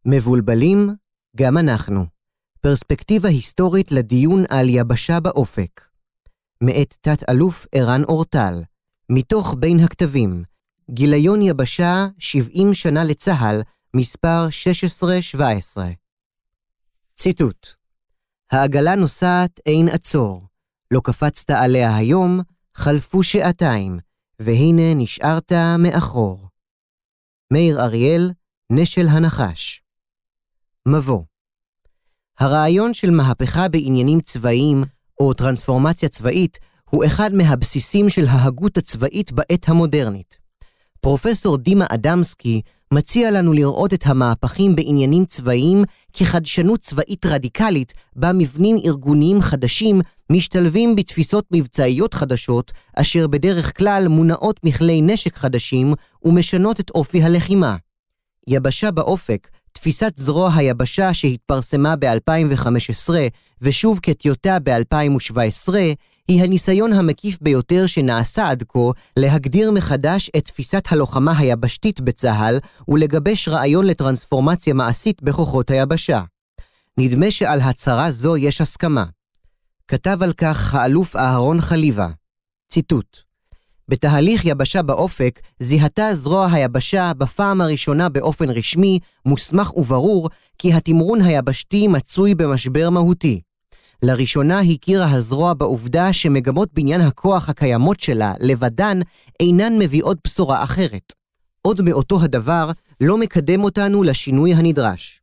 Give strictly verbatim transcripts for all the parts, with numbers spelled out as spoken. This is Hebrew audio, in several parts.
מבולבלים? גם אנחנו. פרספקטיבה היסטורית לדיון על יבשה באופק. מאת תת-אלוף ערן אורטל. מתוך בין הכתבים. גיליון יבשה שבעים שנה לצהל, מספר שש עשרה שבע עשרה. ציטוט: העגלה נוסעת אין עצור. לא קפצת עליה היום, חלפו שעתיים, והנה נשארת מאחור. מאיר אריאל, נשל הנחש. מבוא. הרעיון של מהפכה בעניינים צבאיים או טרנספורמציה צבאית הוא אחד מהבסיסים של ההגות הצבאית בעת המודרנית. פרופסור דימה אדמסקי מציע לנו לראות את המהפכים בעניינים צבאיים כחדשנות צבאית רדיקלית בה מבנים ארגוניים חדשים משתלבים בתפיסות מבצעיות חדשות אשר בדרך כלל מונעות מכלי נשק חדשים ומשנות את אופי הלחימה. יבשה באופק, תפיסת זרוע היבשה שהתפרסמה ב-אלפיים וחמש עשרה ושוב כטיוטה ב-אלפיים ושבע עשרה, היא הניסיון המקיף ביותר שנעשה עד כה להגדיר מחדש את תפיסת הלוחמה היבשתית בצהל ולגבש רעיון לטרנספורמציה מעשית בכוחות היבשה. נדמה שעל הצהרה זו יש הסכמה. כתב על כך האלוף אהרון חליבה. ציטוט: בתהליך יבשה באופק זיהתה זרוע היבשה בפעם הראשונה באופן רשמי, מוסמך וברור, כי התמרון היבשתי מצוי במשבר מהותי. לראשונה הכירה הזרוע בעובדה שמגמות בניין הכוח הקיימות שלה לבדן אינן מביאות בשורה אחרת. עוד מאותו הדבר לא מקדם אותנו לשינוי הנדרש.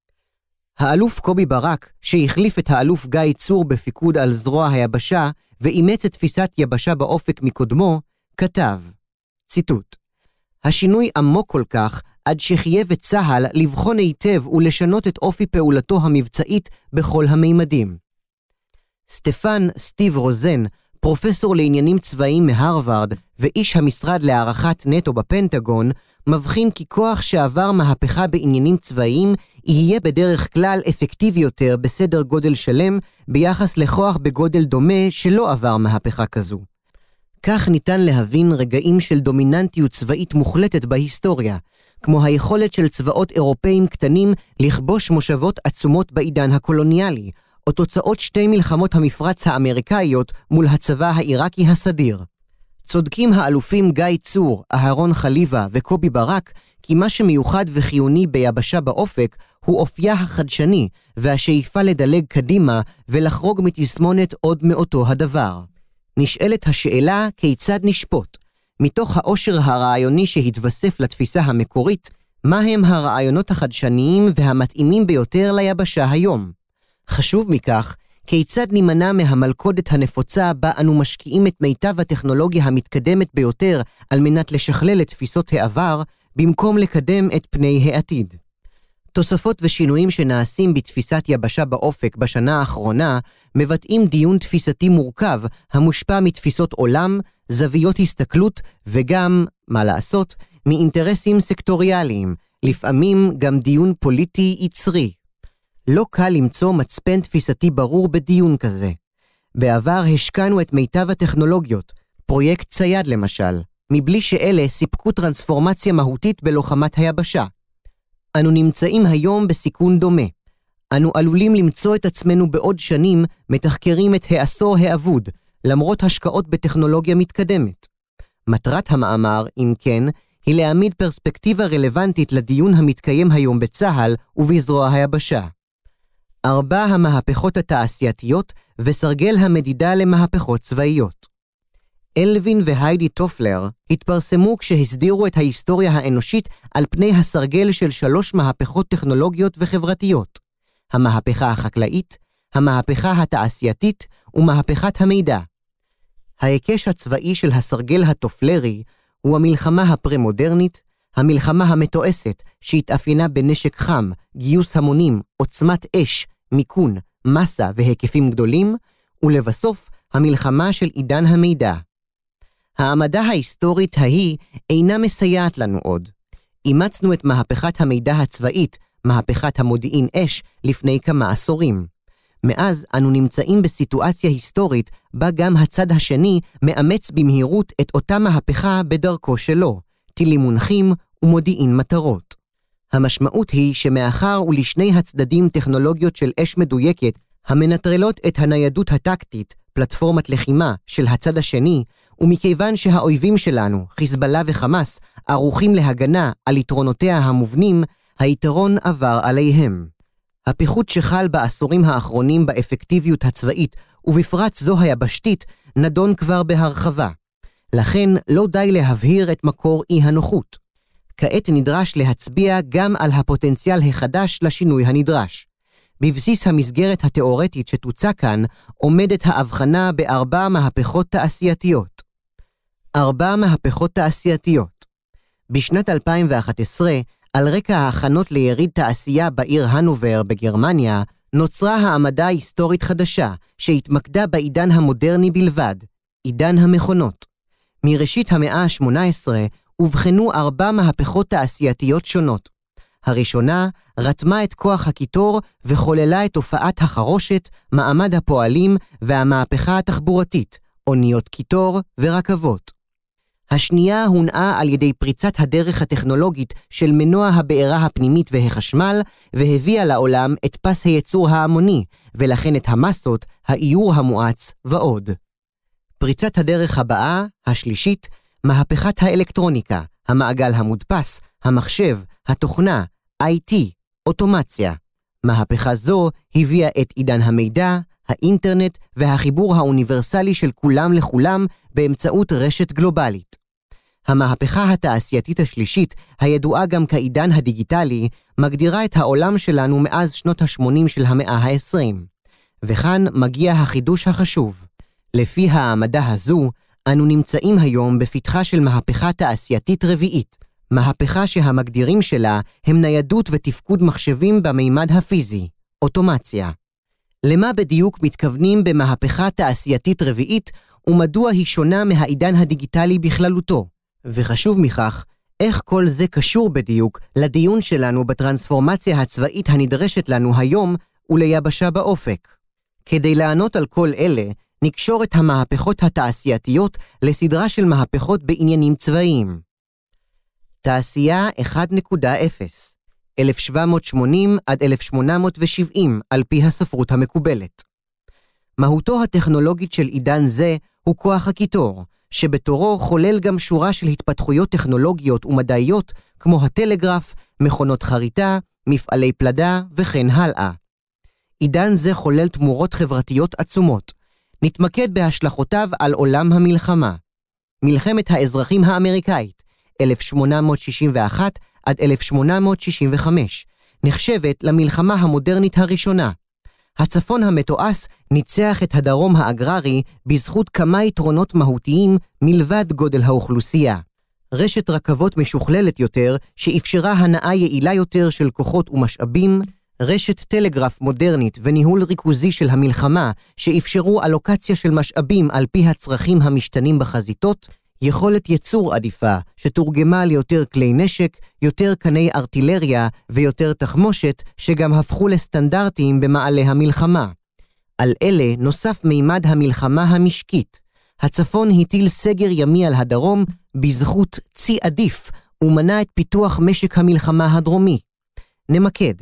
האלוף קובי ברק, שהחליף את האלוף גיא צור בפיקוד על זרוע היבשה ואימץ את תפיסת יבשה באופק מקודמו, כתב, ציטוט: השינוי עמוק כל כך עד שחייב את צהל לבחון היטב ולשנות את אופי פעולתו המבצעית בכל המימדים. סטפן סטיב רוזן, פרופסור לעניינים צבאיים מהרווארד ואיש המשרד להערכת נטו בפנטגון, מבחין כי כוח שעבר מהפכה בעניינים צבאיים יהיה בדרך כלל אפקטיבי יותר בסדר גודל שלם ביחס לכוח בגודל דומה שלא עבר מהפכה כזו. כך ניתן להבין רגעים של דומיננטיות צבאית מוחלטת בהיסטוריה, כמו היכולת של צבאות אירופאים קטנים לכבוש מושבות עצומות בעידן הקולוניאלי, או תוצאות שתי מלחמות המפרץ האמריקאיות מול הצבא העיראקי הסדיר. צודקים האלופים גיא צור, אהרון חליבה וקובי ברק, כי מה שמיוחד וחיוני ביבשה באופק הוא אופייה החדשני והשאיפה לדלג קדימה ולחרוג מתסמונת עוד מאותו הדבר. נשאלת השאלה כיצד נשפוט. מתוך העושר הרעיוני שהתווסף לתפיסה המקורית, מה הם הרעיונות החדשניים והמתאימים ביותר ליבשה היום? חשוב מכך, כיצד נימנע מהמלכודת הנפוצה בה אנו משקיעים את מיטב הטכנולוגיה המתקדמת ביותר על מנת לשכלל את תפיסות העבר, במקום לקדם את פני העתיד. תוספות ושינויים שנעשים בתפיסת יבשה באופק בשנה האחרונה מבטאים דיון תפיסתי מורכב המושפע מתפיסות עולם, זוויות הסתכלות וגם, מה לעשות, מאינטרסים סקטוריאליים, לפעמים גם דיון פוליטי יצרי. לא קל למצוא מצפן תפיסתי ברור בדיון כזה. בעבר השקענו את מיטב הטכנולוגיות, פרויקט צייד למשל, מבלי שאלה סיפקו טרנספורמציה מהותית בלוחמת היבשה. אנו נמצאים היום בסיכון דומה. אנו עלולים למצוא את עצמנו בעוד שנים מתחקרים את העשור האבוד, למרות השקעות בטכנולוגיה מתקדמת. מטרת המאמר, אם כן, היא להעמיד פרספקטיבה רלוונטית לדיון המתקיים היום בצהל ובזרוע היבשה. ארבע המהפכות התעשייתיות וסרגל המדידה למהפכות צבאיות. אלווין והיידי טופלר התפרסמו כשהסדירו את ההיסטוריה האנושית על פני הסרגל של שלוש מהפכות טכנולוגיות וחברתיות, המהפכה החקלאית, המהפכה התעשייתית ומהפכת המידע. ההיקש הצבאי של הסרגל הטופלרי הוא המלחמה הפרמודרנית, המלחמה המתועסת שהתאפיינה בנשק חם, גיוס המונים, עוצמת אש, מיקון, מסה והיקפים גדולים, ולבסוף המלחמה של עידן המידע. העמדה ההיסטורית ההיא אינה מסייעת לנו עוד. אימצנו את מהפכת המידע הצבאית, מהפכת המודיעין אש, לפני כמה עשורים. מאז אנו נמצאים בסיטואציה היסטורית בה גם הצד השני מאמץ במהירות את אותה מהפכה בדרכו שלו, טילים מונחים ומודיעין מטרות. המשמעות היא שמאחר ולשני הצדדים טכנולוגיות של אש מדויקת המנטרלות את הניידות הטקטית, פלטפורמת לחימה של הצד השני, ומכיוון שהאויבים שלנו, חיזבאללה וחמאס, ערוכים להגנה על יתרונותיה המובנים, היתרון עבר עליהם. הפיחות שחל בעשורים האחרונים באפקטיביות הצבאית, ובפרט זו היבשתית, נדון כבר בהרחבה. לכן לא די להבהיר את מקור אי הנוחות. כעת נדרש להצביע גם על הפוטנציאל החדש לשינוי הנדרש. בבסיס המסגרת התיאורטית שתוצא כאן עומדת ההבחנה בארבע מהפכות תעשייתיות. ארבע מהפכות תעשייתיות. בשנת אלפיים ואחת עשרה, על רקע ההכנות ליריד תעשייה בעיר הנובר בגרמניה, נוצרה העמדה היסטורית חדשה שהתמקדה בעידן המודרני בלבד, עידן המכונות. מראשית המאה ה-שמונה עשרה הובחנו ארבע מהפכות תעשייתיות שונות. הראשונה רתמה את כוח הקיטור וחוללה את תופעת החרושת, מעמד הפועלים והמהפכה התחבורתית, אוניות קיטור ורכבות. השנייה הונעה על ידי פריצת הדרך הטכנולוגית של מנוע הבעירה הפנימית והחשמל, והביאה לעולם את פס הייצור ההמוני, ולכן את המסות, האיור המואץ ועוד. פריצת הדרך הבאה, השלישית, מהפכת האלקטרוניקה, המעגל המודפס, המחשב, התוכנה, איי טי, אוטומציה. מהפכה זו הביאה את עידן המידע, האינטרנט והחיבור האוניברסלי של כולם לכולם באמצעות רשת גלובלית. המהפכה התעשייתית השלישית, הידועה גם כעידן הדיגיטלי, מגדירה את העולם שלנו מאז שנות ה-שמונים של המאה ה-עשרים. וכאן מגיע החידוש החשוב. לפי העמדה הזו, אנו נמצאים היום בפתחה של מהפכה תעשייתית רביעית, מהפכה שהמגדירים שלה הם ניידות ותפקוד מחשבים במימד הפיזי, אוטומציה. למה בדיוק מתכוונים במהפכה תעשייתית רביעית, ומדוע היא שונה מהעידן הדיגיטלי בכללותו? וחשוב מכך, איך כל זה קשור בדיוק לדיון שלנו בטרנספורמציה הצבאית הנדרשת לנו היום וליבשה באופק. כדי לענות על כל אלה, נקשור את המהפכות התעשייתיות לסדרה של מהפכות בעניינים צבאיים. תעשייה אחת נקודה אפס, אלף שבע מאות שמונים עד אלף שמונה מאות שבעים על פי הספרות המקובלת. מהותו הטכנולוגית של עידן זה הוא כוח הקיטור, שבתורו חולל גם שורה של התפתחויות טכנולוגיות ומדעיות כמו הטלגרף, מכונות חריטה, מפעלי פלדה וכן הלאה. עידן זה חולל תמורות חברתיות עצומות. נתמקד בהשלכותיו על עולם המלחמה. מלחמת האזרחים האמריקאית, אלף שמונה מאות שישים ואחת עד אלף שמונה מאות שישים וחמש, נחשבת למלחמה המודרנית הראשונה. הצפון המתועש ניצח את הדרום האגררי בזכות כמה יתרונות מהותיים מלבד גודל האוכלוסייה. רשת רכבות משוכללת יותר שאפשרה הנעה יעילה יותר של כוחות ומשאבים, רשת טלגרף מודרנית וניהול ריכוזי של המלחמה שאפשרו אלוקציה של משאבים על פי הצרכים המשתנים בחזיתות, יכולת ייצור עדיפה שתורגמה ליותר כלי נשק, יותר קני ארטילריה ויותר תחמושת שגם הפכו לסטנדרטיים במעלה המלחמה. על אלה נוסף מימד המלחמה המשקית. הצפון הטיל סגר ימי על הדרום בזכות צי עדיף ומנע את פיתוח משק המלחמה הדרומי. נמקד.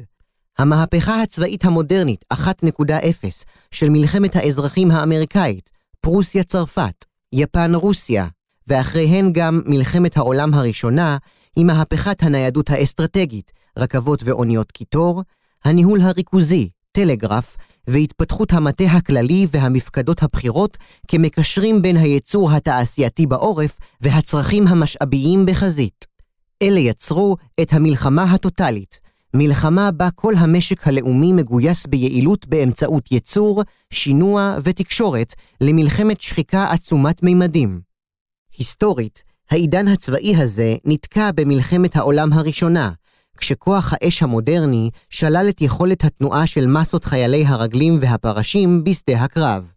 המהפכה הצבאית המודרנית אחת נקודה אפס של מלחמת האזרחים האמריקאית, פרוסיה צרפת, יפן רוסיה, ואחריהן גם מלחמת העולם הראשונה, היא מהפכת הניידות האסטרטגית, רכבות ואוניות קיטור, הניהול הריכוזי, טלגרף, והתפתחות המטה הכללי והמפקדות הבחירות כמקשרים בין הייצור התעשייתי בעורף והצרכים המשאביים בחזית. אלה יצרו את המלחמה הטוטלית, מלחמה בה כל המשק הלאומי מגויס ביעילות באמצעות ייצור, שינוע ותקשורת למלחמת שחיקה עצומת מימדים. היסטורית, העידן הצבאי הזה נתקע במלחמת העולם הראשונה, כשכוח האש המודרני שלל את יכולת התנועה של מסות חיילי הרגלים והפרשים בשדה הקרב.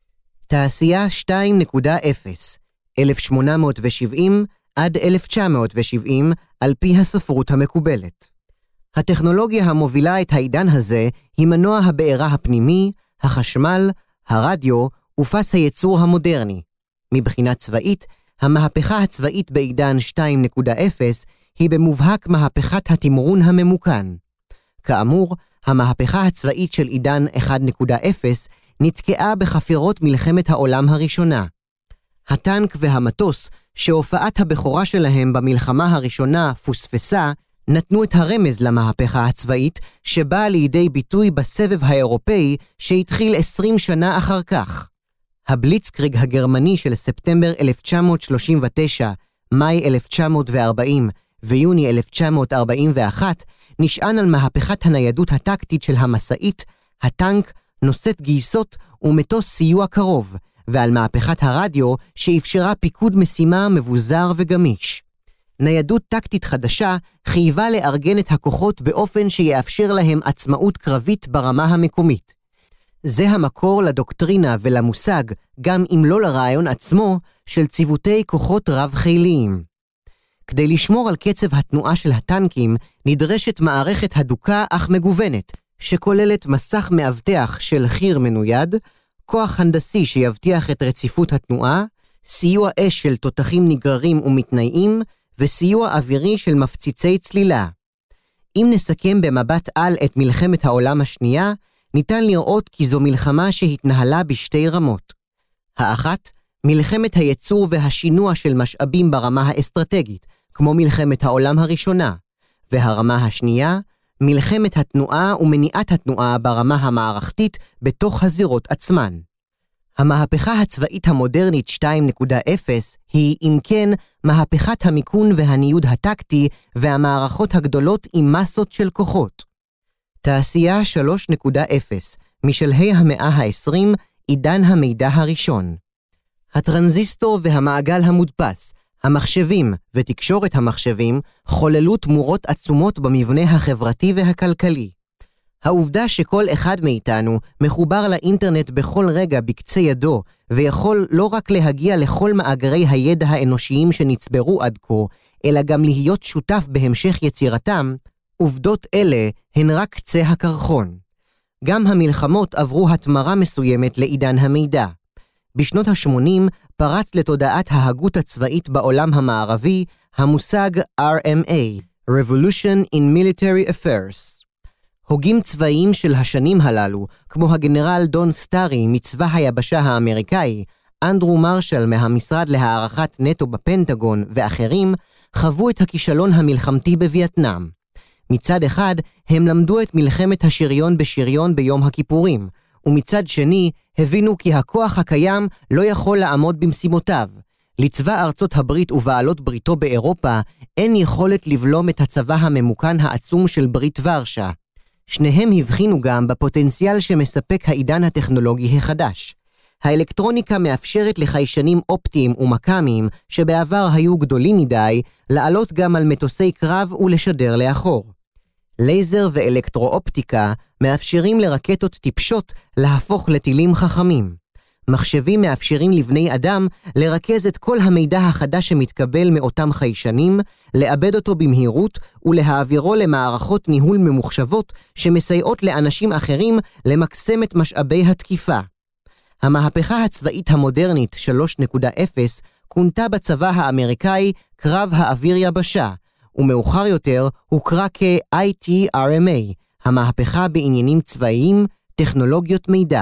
תעשייה שתיים נקודה אפס, אלף שמונה מאות שבעים עד אלף תשע מאות שבעים על פי הספרות המקובלת. הטכנולוגיה המובילה את העידן הזה היא מנוע הבעירה הפנימי, החשמל, הרדיו ופס הייצור המודרני. מבחינה צבאית, המהפכה הצבאית בעידן שתיים נקודה אפס היא במובהק מהפכת התמרון הממוכן. כאמור, המהפכה הצבאית של עידן אחת נקודה אפס נתקעה בחפירות מלחמת העולם הראשונה. הטנק והמטוס, שהופעת הבכורה שלהם במלחמה הראשונה פוספסה, נתנו את הרמז למהפכה הצבאית שבאה לידי ביטוי בסבב האירופאי שהתחיל עשרים שנה אחר כך. הבליצקריג הגרמני של ספטמבר אלף תשע מאות שלושים ותשע, מאי אלף תשע מאות וארבעים ויוני אלף תשע מאות ארבעים ואחת נשען על מהפכת הניידות הטקטית של המסעית, הטנק, נושאת גייסות ומטוס סיוע קרוב, ועל מהפכת הרדיו שאפשרה פיקוד משימה מבוזר וגמיש. ניידות טקטית חדשה חייבה לארגן את הכוחות באופן שיאפשר להם עצמאות קרבית ברמה המקומית. זה המקור לדוקטרינה ולמושג, גם אם לא לרעיון עצמו, של ציוותי כוחות רב-חיליים. כדי לשמור על קצב התנועה של הטנקים, נדרשת מערכת הדוקה אך מגוונת, שכוללת מסך מאבטח של חיר מנויד, כוח הנדסי שיבטיח את רציפות התנועה, סיוע אש של תותחים נגררים ומתנאים, וסיוע אווירי של מפציצי צלילה. אם נסכם במבט על את מלחמת העולם השנייה, ניתן לראות כי זו מלחמה שהתנהלה בשתי רמות. האחת, מלחמת הייצור והשינוע של משאבים ברמה האסטרטגית, כמו מלחמת העולם הראשונה, והרמה השנייה, מלחמת התנועה ומניעת התנועה ברמה המערכתית בתוך הזירות עצמן. המהפכה הצבאית המודרנית שתיים נקודה אפס היא, אם כן, מהפכת המיקון והניוד הטקטי והמערכות הגדולות עם מסות של כוחות. תעשייה שלוש נקודה אפס, משלהי המאה ה-עשרים, עידן המידע הראשון. הטרנזיסטור והמעגל המודפס, המחשבים ותקשורת המחשבים חוללו תמורות עצומות במבנה החברתי והכלכלי. העובדה שכל אחד מאיתנו מחובר לאינטרנט בכל רגע בקצה ידו, ויכול לא רק להגיע לכל מאגרי הידע האנושיים שנצברו עד כה, אלא גם להיות שותף בהמשך יצירתם, עובדות אלה הן רק קצה הקרחון. גם המלחמות עברו התמרה מסוימת לעידן המידע. בשנות ה-שמונים פרץ לתודעת ההגות הצבאית בעולם המערבי המושג אר אם איי, Revolution in Military Affairs. הוגים צבאיים של השנים הללו, כמו הגנרל דון סטארי מצבא היבשה האמריקאי, אנדרו מרשל מהמשרד להערכת נטו בפנטגון ואחרים, חוו את הכישלון המלחמתי בווייטנאם. מצד אחד, הם למדו את מלחמת השריון בשריון ביום הכיפורים, ומצד שני, הבינו כי הכוח הקיים לא יכול לעמוד במשימותיו. לצבא ארצות הברית ובעלות בריתו באירופה, אין יכולת לבלום את הצבא הממוכן העצום של ברית ורשה. שניהם הבחינו גם בפוטנציאל שמספק העידן הטכנולוגי החדש. האלקטרוניקה מאפשרת לחיישנים אופטיים ומקאמיים שבעבר היו גדולים מדי, לעלות גם על מטוסי קרב ולשדר לאחור. לייזר ואלקטרואופטיקה מאפשרים לרקטות טיפשות להפוך לטילים חכמים. מחשבים מאפשרים לבני אדם לרכז את כל המידע החדש שמתקבל מאותם חיישנים, לאבד אותו במהירות ולהעבירו למערכות ניהול ממוחשבות שמסייעות לאנשים אחרים למקסם את משאבי התקיפה. המהפכה הצבאית המודרנית שלוש נקודה אפס כונתה בצבא האמריקאי קרב האוויר יבשה, ומאוחר יותר הוכרה כ-איי טי אר אם איי, המהפכה בעניינים צבאיים, טכנולוגיות מידע.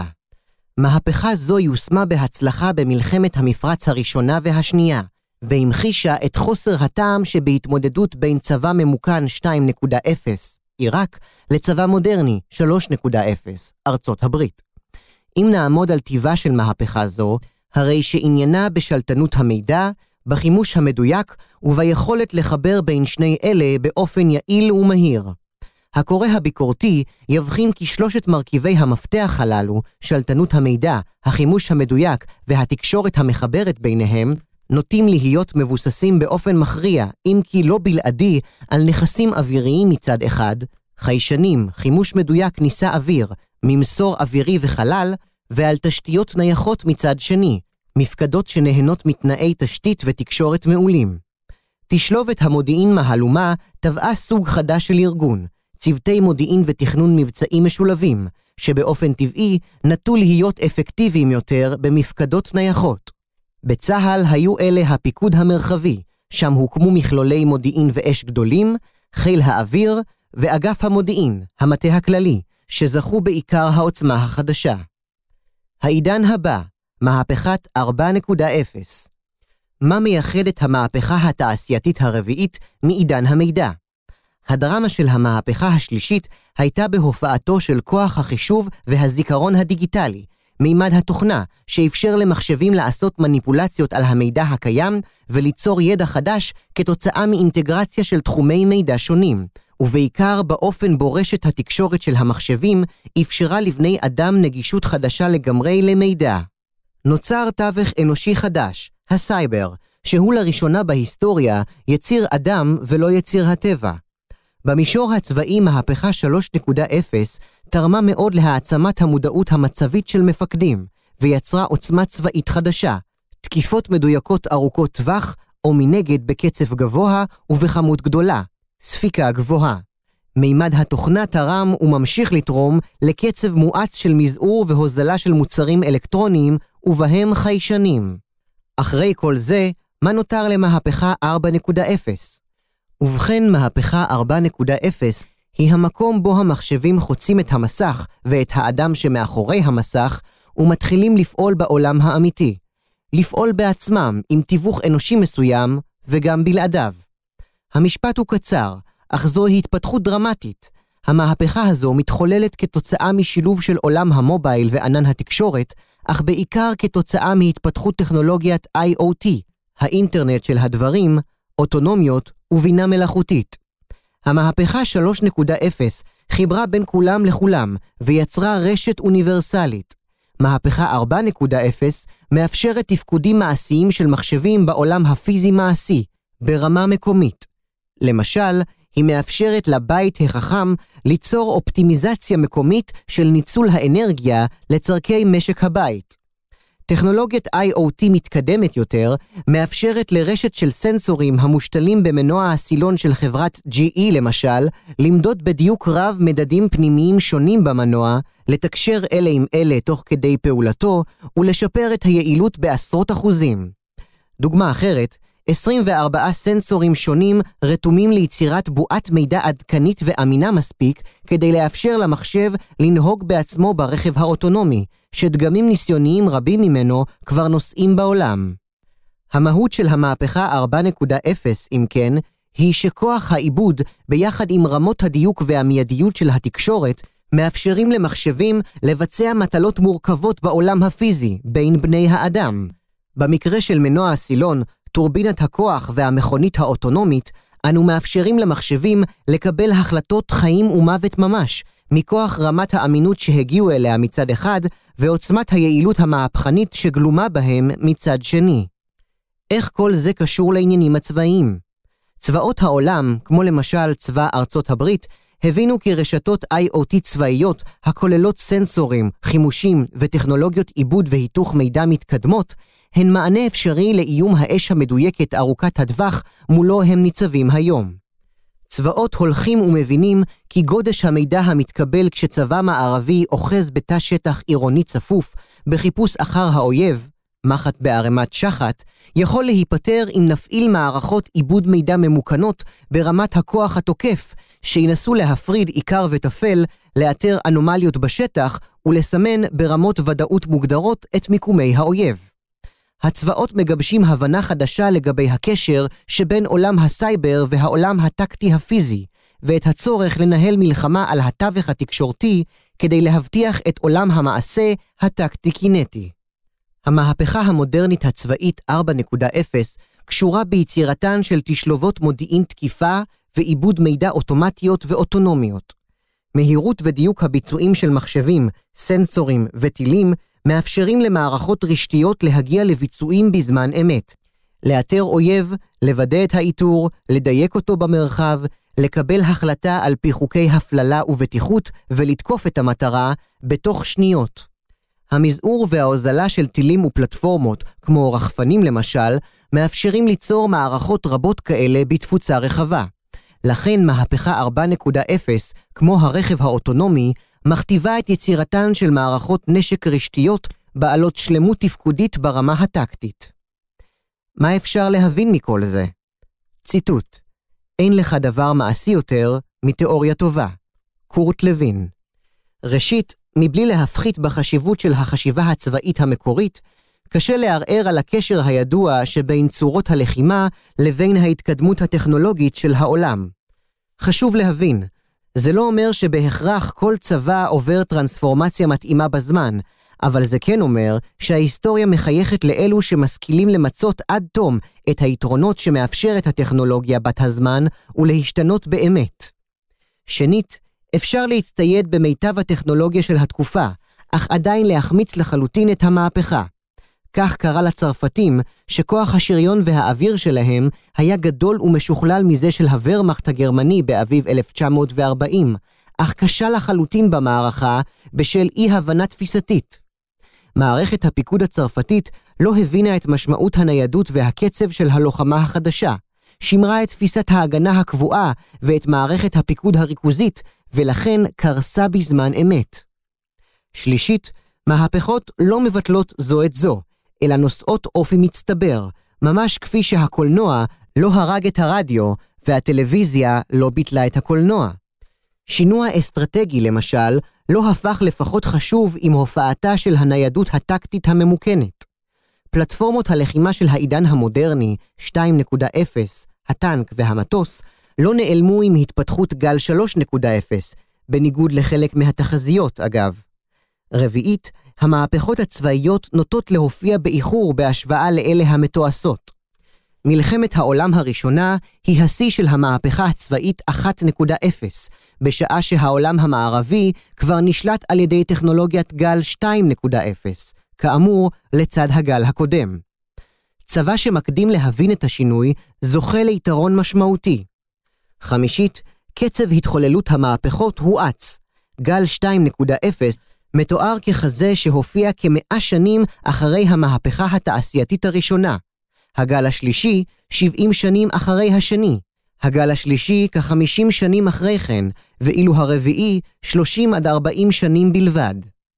מהפכה זו יושמה בהצלחה במלחמת המפרץ הראשונה והשנייה, והמחישה את חוסר הטעם שבהתמודדות בין צבא ממוכן שתיים נקודה אפס, עיראק, לצבא מודרני שלוש נקודה אפס, ארצות הברית. אם נעמוד על טיבה של מהפכה זו, הרי שעניינה בשלטנות המידע, בחימוש המדויק וביכולת לחבר בין שני אלה באופן יעיל ומהיר. הקורא הביקורתי יבחין כי שלושת מרכיבי המפתח הללו, שלטנות המידע, החימוש המדויק והתקשורת המחברת ביניהם, נוטים להיות מבוססים באופן מכריע, אם כי לא בלעדי, על נכסים אוויריים מצד אחד, חיישנים, חימוש מדויק ניסה אוויר, ממסור אווירי וחלל, ועל תשתיות נייחות מצד שני, מפקדות שנהנות מתנאי תשתית ותקשורת מעולים. תשלובת המודיעין מהלומה טבעה סוג חדש של ארגון, צוותי מודיעין ותכנון מבצעים משולבים, שבאופן טבעי נטו להיות אפקטיביים יותר במפקדות נייחות. בצהל היו אלה הפיקוד המרחבי, שם הוקמו מכלולי מודיעין ואש גדולים, חיל האוויר ואגף המודיעין, המטה הכללי, שזכו בעיקר העוצמה החדשה. העידן הבא, מהפכת ארבע נקודה אפס. מה מייחד את המהפכה התעשייתית הרביעית מעידן המידע? הדרמה של המהפכה השלישית הייתה בהופעתו של כוח החישוב והזיכרון הדיגיטלי, מימד התוכנה שאפשר למחשבים לעשות מניפולציות על המידע הקיים וליצור ידע חדש כתוצאה מאינטגרציה של תחומי מידע שונים, ובעיקר באופן בו רשת התקשורת של המחשבים אפשרה לבני אדם נגישות חדשה לגמרי למידע. נוצר תווך אנושי חדש, הסייבר, שהוא לראשונה בהיסטוריה יציר אדם ולא יציר הטבע. במישור הצבאי מהפכה שלוש נקודה אפס תרמה מאוד להעצמת המודעות המצבית של מפקדים, ויצרה עוצמה צבאית חדשה, תקיפות מדויקות ארוכות טווח, או מנגד בקצב גבוה ובכמות גדולה, ספיקה גבוהה. מימד התוכנה תרם וממשיך לתרום לקצב מואץ של מזעור והוזלה של מוצרים אלקטרוניים, ובהם חיישנים. אחרי כל זה, מה נותר למהפכה ארבע נקודה אפס? ובכן, מהפכה ארבע נקודה אפס היא המקום בו המחשבים חוצים את המסך ואת האדם שמאחורי המסך ומתחילים לפעול בעולם האמיתי. לפעול בעצמם עם תיווך אנושי מסוים וגם בלעדיו. המשפט הוא קצר, אך זוהי התפתחות דרמטית. המהפכה הזו מתחוללת כתוצאה משילוב של עולם המובייל וענן התקשורת, אך בעיקר כתוצאה מהתפתחות טכנולוגיית איי או טי, האינטרנט של הדברים, אוטונומיות ובינה מלאכותית. המהפכה שלוש נקודה אפס חיברה בין כולם לכולם ויצרה רשת אוניברסלית. מהפכה ארבע נקודה אפס מאפשרת תפקודים מעשיים של מחשבים בעולם הפיזי-מעשי, ברמה מקומית. למשל, היא מאפשרת לבית החכם ליצור אופטימיזציה מקומית של ניצול האנרגיה לצורכי משק הבית. טכנולוגיית איי או טי מתקדמת יותר מאפשרת לרשת של סנסורים המושתלים במנוע הסילון של חברת ג'י אי למשל, למדוד בדיוק רב מדדים פנימיים שונים במנוע, לתקשר אלה עם אלה תוך כדי פעולתו, ולשפר את היעילות בעשרות אחוזים. דוגמה אחרת, עשרים וארבעה סנסורים שונים רתומים ליצירת בועת מידע עדכנית ואמינה מספיק כדי לאפשר למחשב לנהוג בעצמו ברכב האוטונומי, שדגמים ניסיוניים רבים ממנו כבר נוסעים בעולם. המהות של המהפכה ארבע נקודה אפס, אם כן, היא שכוח העיבוד ביחד עם רמות הדיוק והמיידיות של התקשורת מאפשרים למחשבים לבצע מטלות מורכבות בעולם הפיזי בין בני האדם. במקרה של מנוע הסילון, טורבינת הכוח והמכונית האוטונומית, אנו מאפשרים למחשבים לקבל החלטות חיים ומוות ממש, מכוח רמת האמינות שהגיעו אליה מצד אחד, ועוצמת היעילות המהפכנית שגלומה בהם מצד שני. איך כל זה קשור לעניינים הצבאיים? צבאות העולם, כמו למשל צבא ארצות הברית, הבינו כי רשתות איי או טי צבאיות הכוללות סנסורים, חימושים וטכנולוגיות עיבוד והיתוך מידע מתקדמות, הן מענה אפשרי לאיום האש המדויקת ארוכת הטווח מולו הם ניצבים היום. צבאות הולכים ומבינים כי גודש המידע המתקבל כשצבא מערבי אוחז בתא שטח עירוני צפוף בחיפוש אחר האויב, מחט בערימת שחת, יכול להיפטר אם נפעיל מערכות עיבוד מידע ממוכנות ברמת הכוח התוקף, שינסו להפריד עיקר וטפל, לאתר אנומליות בשטח ולסמן ברמות ודאות מוגדרות את מיקומי האויב. הצבאות מגבשים הבנה חדשה לגבי הקשר שבין עולם הסייבר והעולם הטקטי הפיזי, ואת הצורך לנהל מלחמה על התווך התקשורתי כדי להבטיח את עולם המעשה הטקטי-קינטי. המהפכה המודרנית הצבאית ארבע נקודה אפס קשורה ביצירתן של תשלובות מודיעין תקיפה ועיבוד מידע אוטומטיות ואוטונומיות. מהירות ודיוק הביצועים של מחשבים, סנסורים וטילים מאפשרים למערכות רשתיות להגיע לביצועים בזמן אמת. לאתר אויב, לוודא את האיתור, לדייק אותו במרחב, לקבל החלטה על פי חוקי הפללה ובטיחות ולתקוף את המטרה בתוך שניות. המזעור וההוזלה של טילים ופלטפורמות, כמו רחפנים למשל, מאפשרים ליצור מערכות רבות כאלה בתפוצה רחבה. לכן מהפכה ארבע נקודה אפס, כמו הרכב האוטונומי, מכתיבה את יצירתן של מערכות נשק רשתיות בעלות שלמות תפקודית ברמה הטקטית. מה אפשר להבין מכל זה? ציטוט: אין לך דבר מעשי יותר מתיאוריה טובה. קורט לוין. ראשית, מבלי להפחית בחשיבות של החשיבה הצבאית המקורית, קשה לערער על הקשר הידוע שבין צורות הלחימה לבין ההתקדמות הטכנולוגית של העולם. חשוב להבין, זה לא אומר שבהכרח כל צבא עובר טרנספורמציה מתאימה בזמן, אבל זה כן אומר שההיסטוריה מחייכת לאלו שמשכילים למצות עד תום את היתרונות שמאפשרת הטכנולוגיה בת הזמן ולהשתנות באמת. שנית, אפשר להצטייד במיטב הטכנולוגיה של התקופה, אך עדיין להחמיץ לחלוטין את המהפכה. כך קרה לצרפתים שכוח השריון והאוויר שלהם היה גדול ומשוכלל מזה של הוורמאכט הגרמני באביב אלף תשע מאות וארבעים, אך קשה לחלוטין במערכה בשל אי-הבנה תפיסתית. מערכת הפיקוד הצרפתית לא הבינה את משמעות הניידות והקצב של הלוחמה החדשה, שמרה את תפיסת ההגנה הקבועה ואת מערכת הפיקוד הריכוזית, ולכן קרסה בזמן אמת. שלישית, מהפכות לא מבטלות זו את זו, אלא נושאות אופי מצטבר, ממש כפי שהקולנוע לא הרג את הרדיו, והטלוויזיה לא ביטלה את הקולנוע. שינוע אסטרטגי, למשל, לא הפך לפחות חשוב עם הופעתה של הניידות הטקטית הממוכנת. פלטפורמות הלחימה של העידן המודרני, שתיים נקודה אפס, הטנק והמטוס, לא נעלמו עם התפתחות גל שלוש נקודה אפס, בניגוד לחלק מהתחזיות אגב. רביעית, המהפכות הצבאיות נוטות להופיע באיחור בהשוואה לאלה המתועשות. מלחמת העולם הראשונה היא השיא של המהפכה הצבאית אחת נקודה אפס, בשעה שהעולם המערבי כבר נשלט על ידי טכנולוגיית גל שתיים נקודה אפס, כאמור לצד הגל הקודם. צבא שמקדים להבין את השינוי זוכה ליתרון משמעותי. חמישית, קצב התחוללות המהפכות הואץ. גל שתיים נקודה אפס מתואר ככזה שהופיע כמאה שנים אחרי המהפכה התעשייתית הראשונה. הגל השלישי, שבעים שנים אחרי השני. הגל השלישי כ-חמישים שנים אחרי כן, ואילו הרביעי, שלושים עד ארבעים שנים בלבד.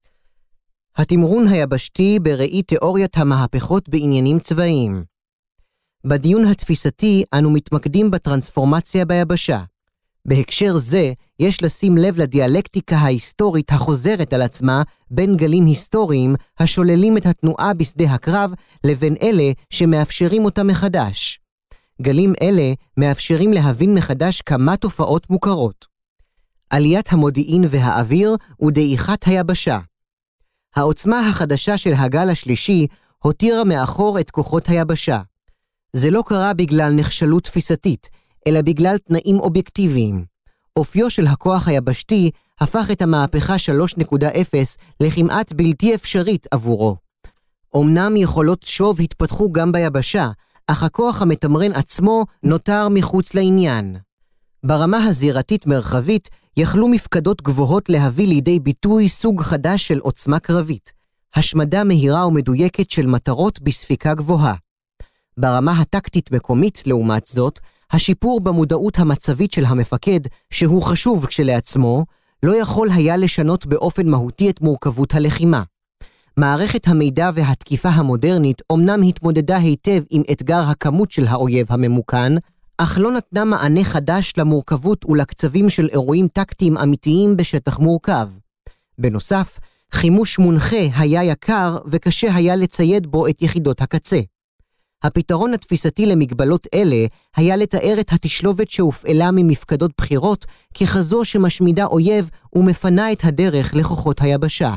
התמרון היבשתי בראי תיאוריית המהפכות בעניינים צבאיים. בדיון התפיסתי אנו מתמקדים בטרנספורמציה ביבשה. בהקשר זה יש לשים לב לדיאלקטיקה ההיסטורית החוזרת על עצמה בין גלים היסטוריים השוללים את התנועה בשדה הקרב לבין אלה שמאפשרים אותה מחדש. גלים אלה מאפשרים להבין מחדש כמה תופעות מוכרות. עליית המודיעין והאוויר ודעיכת היבשה. העוצמה החדשה של הגל השלישי הותירה מאחור את כוחות היבשה. זה לא קרה בגלל נכשלות תפיסתית, אלא בגלל תנאים אובייקטיביים. אופיו של הכוח היבשתי הפך את המהפכה שלוש נקודה אפס לכמעט בלתי אפשרית עבורו. אמנם יכולות שוב התפתחו גם ביבשה, אך הכוח המתמרן עצמו נותר מחוץ לעניין. ברמה הזירתית-מרחבית יכלו מפקדות גבוהות להביא לידי ביטוי סוג חדש של עוצמה קרבית, השמדה מהירה ומדויקת של מטרות בספיקה גבוהה. ברמה הטקטית-מקומית, לעומת זאת, השיפור במודעות המצבית של המפקד, שהוא חשוב כשלעצמו, לא יכול היה לשנות באופן מהותי את מורכבות הלחימה. מערכת המידע והתקיפה המודרנית אומנם התמודדה היטב עם אתגר הכמות של האויב הממוכן, אך לא נתנה מענה חדש למורכבות ולקצבים של אירועים טקטיים אמיתיים בשטח מורכב. בנוסף, חימוש מונחה היה יקר וקשה היה לצייד בו את יחידות הקצה. הפתרון התפיסתי למגבלות אלה היה לתאר את התשלובת שהופעלה ממפקדות בחירות ככזו שמשמידה אויב ומפנה את הדרך לכוחות היבשה.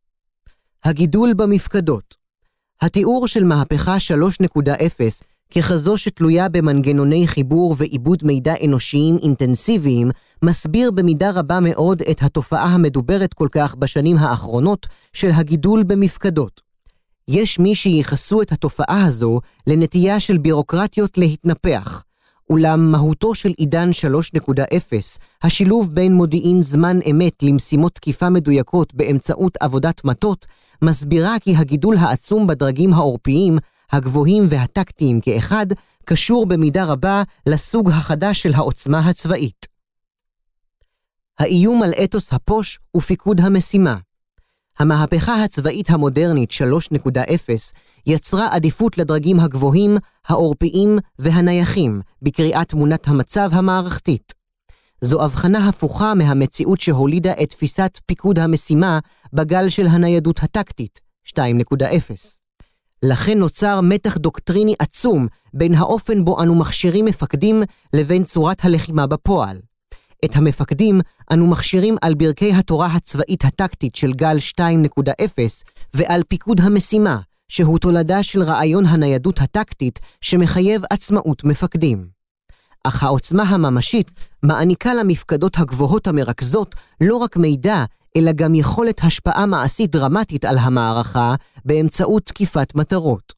הגידול במפקדות. התיאור של מהפכה שלוש נקודה אפס ככזו שתלויה במנגנוני חיבור ועיבוד מידע אנושיים אינטנסיביים מסביר במידה רבה מאוד את התופעה המדוברת כל כך בשנים האחרונות של הגידול במפקדות. יש מי שייחסו את התופעה הזו לנטייה של בירוקרטיות להתנפח, אולם מהותו של עידן שלוש נקודה אפס, השילוב בין מודיעין זמן אמת למשימות תקיפה מדויקות באמצעות עבודת מטות, מסבירה כי הגידול העצום בדרגים העורפיים, הגבוהים והטקטיים כאחד, קשור במידה רבה לסוג החדש של העוצמה הצבאית. האיום על אתוס הפוש ופיקוד המשימה. המהפכה הצבאית המודרנית שלוש נקודה אפס יצרה עדיפות לדרגים הגבוהים, העורפיים והנייחים בקריאת תמונת המצב המערכתית. זו הבחנה הפוכה מהמציאות שהולידה את תפיסת פיקוד המשימה בגל של הניידות הטקטית שתיים נקודה אפס. לכן נוצר מתח דוקטריני עצום בין האופן בו אנו מכשירים מפקדים לבין צורת הלחימה בפועל. את המפקדים אנו מכשירים על ברכי התורה הצבאית הטקטית של גל שתיים נקודה אפס ועל פיקוד המשימה, שהוא תולדה של רעיון הניידות הטקטית שמחייב עצמאות מפקדים. אך העוצמה הממשית מעניקה למפקדות הגבוהות המרכזות לא רק מידע, אלא גם יכולת השפעה מעשית דרמטית על המערכה באמצעות תקיפת מטרות.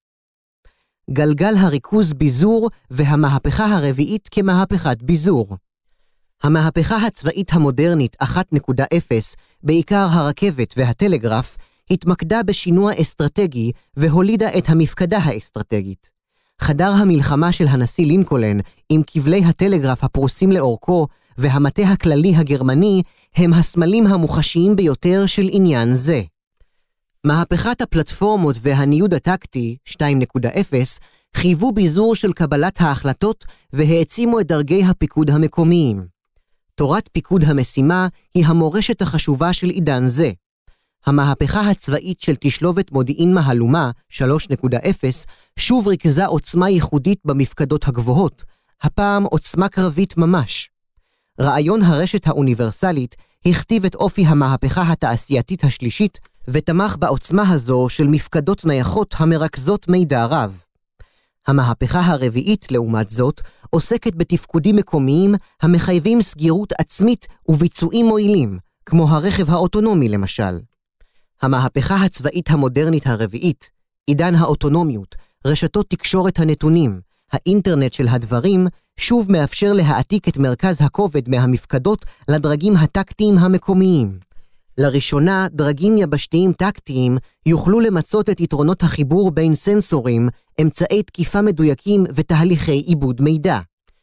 גלגל הריכוז ביזור והמהפכה הרביעית כמהפכת ביזור. המהפכה הצבאית המודרנית אחת נקודה אפס, בעיקר הרכבת והטלגרף, התמקדה בשינוע אסטרטגי והולידה את המפקדה האסטרטגית. חדר המלחמה של הנשיא לינקולן עם כבלי הטלגרף הפרוסים לאורכו והמטה הכללי הגרמני הם הסמלים המוחשיים ביותר של עניין זה. מהפכת הפלטפורמות והניוד הטקטי שתיים נקודה אפס חייבו ביזור של קבלת ההחלטות והעצימו את דרגי הפיקוד המקומיים. תורת פיקוד המשימה היא המורשת החשובה של עידן זה. המהפכה הצבאית של תשלובת מודיעין מהלומה שלוש נקודה אפס שוב ריכזה עוצמה ייחודית במפקדות הגבוהות, הפעם עוצמה קרבית ממש. רעיון הרשת האוניברסלית הכתיב את אופי המהפכה התעשייתית השלישית ותמך בעוצמה הזו של מפקדות נייחות המרכזות מידע רב. המהפכה הרביעית, לעומת זאת, עוסקת בתפקודים מקומיים המחייבים סגירות עצמית וביצועים מועילים, כמו הרכב האוטונומי למשל. המהפכה הצבאית המודרנית הרביעית, עידן האוטונומיות, רשתות תקשורת הנתונים, האינטרנט של הדברים, שוב מאפשר להעתיק את מרכז הכובד מהמפקדות לדרגים הטקטיים המקומיים. לראשונה, דרגים יבשתיים טקטיים יוכלו למצות את יתרונות החיבור בין סנסורים, אמצעי תקיפה מדויקים ותהליכי עיבוד מידע.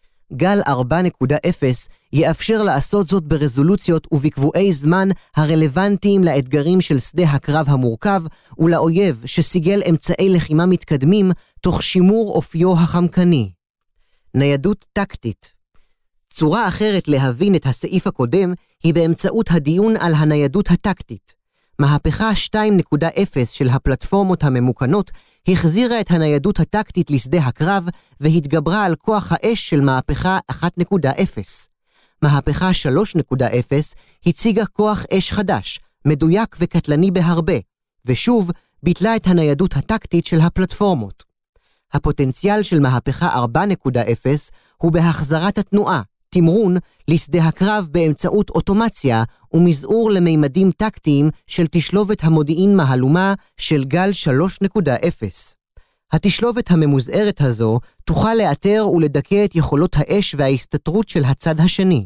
גל ארבע נקודה אפס יאפשר לעשות זאת ברזולוציות ובקבועי זמן הרלוונטיים לאתגרים של שדה הקרב המורכב ולאויב שסיגל אמצעי לחימה מתקדמים תוך שימור אופיו החמקני. ניידות טקטית. צורה אחרת להבין את הסעיף הקודם היא באמצעות הדיון על הניידות הטקטית. מהפכה שתיים נקודה אפס של הפלטפורמות הממוכנות החזירה את הניידות הטקטית לשדה הקרב והתגברה על כוח האש של מהפכה אחת נקודה אפס. מהפכה שלוש נקודה אפס הציגה כוח אש חדש, מדויק וקטלני בהרבה, ושוב ביטלה את הניידות הטקטית של הפלטפורמות. הפוטנציאל של מהפכה ארבע נקודה אפס הוא בהחזרת התנועה, תמרון, לשדה הקרב באמצעות אוטומציה ומזעור למימדים טקטיים של תשלובת המודיעין מהלומה של גל שלוש נקודה אפס. התשלובת הממוזערת הזו תוכל לאתר ולדכא את יכולות האש וההסתתרות של הצד השני.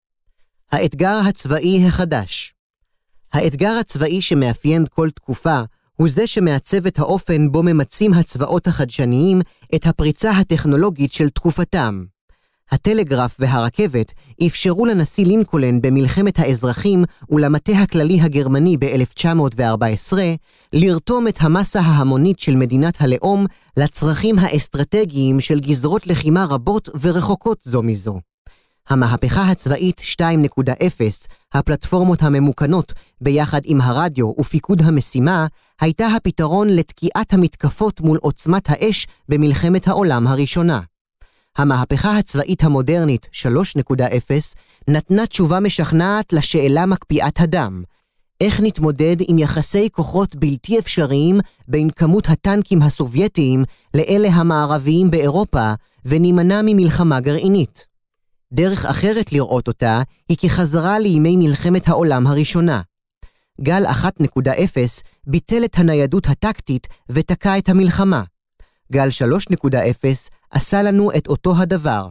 האתגר הצבאי החדש. האתגר הצבאי שמאפיין כל תקופה הוא זה שמעצב את האופן בו ממצים הצבאות החדשניים את הפריצה הטכנולוגית של תקופתם. הטלגרף והרכבת אפשרו לנשיא לינקולן במלחמת האזרחים ולמטה הכללי הגרמני ב-אלף תשע מאות וארבע עשרה לרתום את המסה ההמונית של מדינת הלאום לצרכים האסטרטגיים של גזרות לחימה רבות ורחוקות זו מזו. המהפכה הצבאית שתיים נקודה אפס, הפלטפורמות הממוכנות ביחד עם הרדיו ופיקוד המשימה, הייתה הפתרון לתקיעת המתקפות מול עוצמת האש במלחמת העולם הראשונה. המהפכה הצבאית המודרנית שלוש נקודה אפס נתנה תשובה משכנעת לשאלה מקפיאת הדם. איך נתמודד עם יחסי כוחות בלתי אפשריים בין כמות הטנקים הסובייטיים לאלה המערביים באירופה ונימנע ממלחמה גרעינית? דרך אחרת לראות אותה היא כחזרה לימי מלחמת העולם הראשונה. גל אחת נקודה אפס ביטל את הניידות הטקטית ותקע את המלחמה. גל שלוש נקודה אפס עשה לנו את אותו הדבר.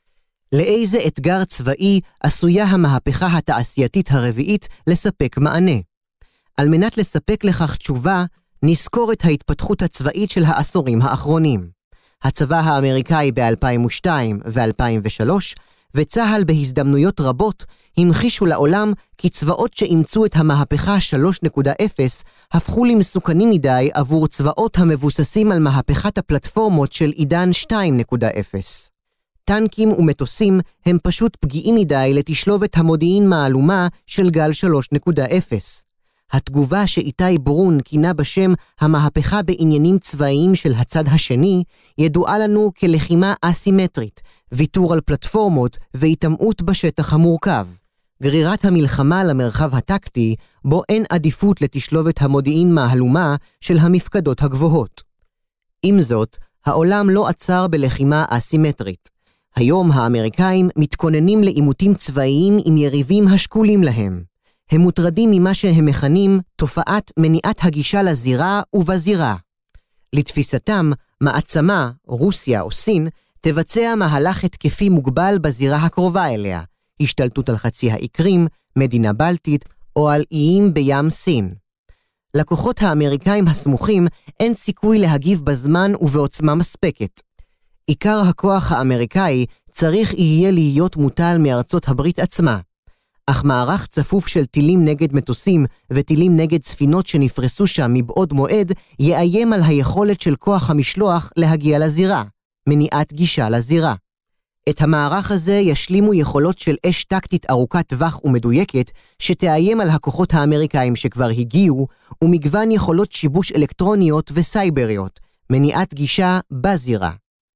לאיזה אתגר צבאי עשויה המהפכה התעשייתית הרביעית לספק מענה? על מנת לספק לכך תשובה, נזכור את ההתפתחות הצבאית של העשורים האחרונים. הצבא האמריקאי ב-אלפיים ושתיים ו-אלפיים ושלוש, וצה"ל בהזדמנויות רבות המחישו לעולם כי צבאות שאימצו את המהפכה שלוש נקודה אפס הפכו למסוכנים מדי עבור צבאות המבוססים על מהפכת הפלטפורמות של עידן שתיים נקודה אפס. טנקים ומטוסים הם פשוט פגיעים מדי לתשלובת המודיעין מהלומה של גל שלוש נקודה אפס. התגובה שאיתי ברון כינה בשם המהפכה בעניינים צבאיים של הצד השני ידועה לנו כלחימה אסימטרית, ויתור על פלטפורמות והתאמות בשטח המורכב. גרירת המלחמה למרחב הטקטי, בו אין עדיפות לתשלובת המודיעין מהלומה של המפקדות הגבוהות. עם זאת, העולם לא עצר בלחימה אסימטרית. היום האמריקאים מתכוננים לעימותים צבאיים עם יריבים השקולים להם. הם מוטרדים ממה שהם מכנים תופעת מניעת הגישה לזירה ובזירה. לתפיסתם, מעצמה, רוסיה או סין, תבצע מהלך התקפי מוגבל בזירה הקרובה אליה, השתלטות על חצי האי קרים, מדינה בלטית או על איים בים סין. לכוחות האמריקאים הסמוכים אין סיכוי להגיב בזמן ובעוצמה מספקת. עיקר הכוח האמריקאי צריך יהיה להיות מוטל מארצות הברית עצמה. אך מערך צפוף של טילים נגד מטוסים וטילים נגד ספינות שנפרסו שם מבעוד מועד יאיים על היכולת של כוח המשלוח להגיע לזירה, מניעת גישה לזירה. את המערך הזה ישלימו יכולות של אש טקטית ארוכת טווח ומדויקת שתאיים על הכוחות האמריקאים שכבר הגיעו, ומגוון יכולות שיבוש אלקטרוניות וסייבריות, מניעת גישה בזירה.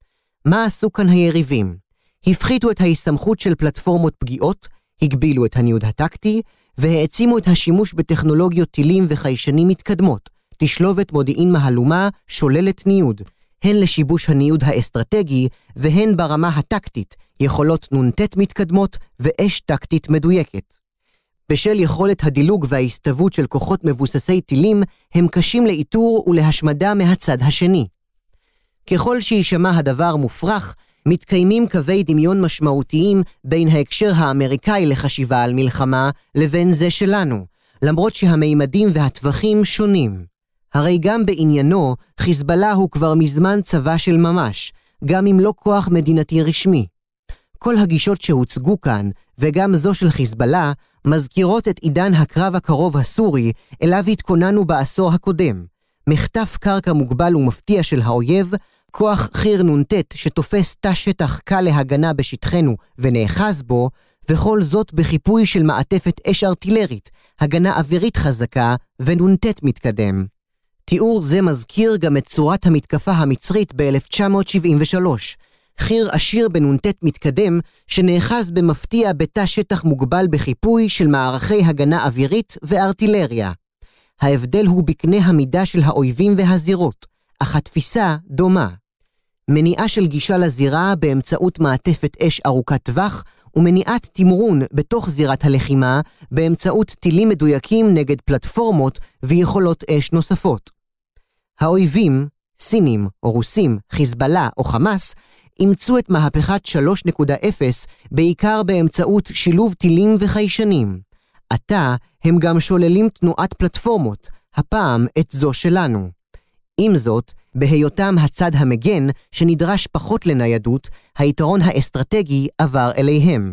מה עשו כאן היריבים? הפחיתו את ההסמכות של פלטפורמות פגיעות, הגבילו את הניוד הטקטי, והעצימו את השימוש בטכנולוגיות טילים וחיישנים מתקדמות, תשלובת מודיעין מהלומה שוללת ניוד, הן לשיבוש הניוד האסטרטגי והן ברמה הטקטית, יכולות נונטט מתקדמות ואש טקטית מדויקת. בשל יכולת הדילוג וההסתוות של כוחות מבוססי טילים, הם קשים לאיתור ולהשמדה מהצד השני. ככל שישמע הדבר מופרך, מתקיימים קווי דמיון משמעותיים בין ההקשר האמריקאי לחשיבה על מלחמה לבין זה שלנו, למרות שהמימדים והטווחים שונים. הרי גם בעניינו, חיזבאללה הוא כבר מזמן צבא של ממש, גם אם לא כוח מדינתי רשמי. כל הגישות שהוצגו כאן, וגם זו של חיזבאללה, מזכירות את עידן הקרב הקרוב הסורי, אליו התכוננו בעשור הקודם. מחטף קרקע מוגבל ומפתיע של האויב, כוח חיר נונטט שתופס תא שטח קל להגנה בשטחנו ונאחז בו, וכל זאת בחיפוי של מעטפת אש ארטילרית, הגנה אווירית חזקה ונונטט מתקדם. תיאור זה מזכיר גם את צורת המתקפה המצרית ב-אלף תשע מאות שבעים ושלוש, חיר עשיר בנונטט מתקדם שנאחז במפתיע בתא שטח מוגבל בחיפוי של מערכי הגנה אווירית וארטילריה. ההבדל הוא בקנה המידה של האויבים והזירות, אך התפיסה דומה. מניעה של גישה לזירה באמצעות מעטפת אש ארוכת טווח, ומניעת תמרון בתוך זירת הלחימה באמצעות טילים מדויקים נגד פלטפורמות ויכולות אש נוספות. האויבים, סינים או רוסים, חיזבאללה או חמאס, אימצו את מהפכת שלוש נקודה אפס בעיקר באמצעות שילוב טילים וחיישנים. עתה הם גם שוללים תנועת פלטפורמות, הפעם את זו שלנו. עם זאת, בהיותם הצד המגן שנדרש פחות לניידות, היתרון האסטרטגי עבר אליהם.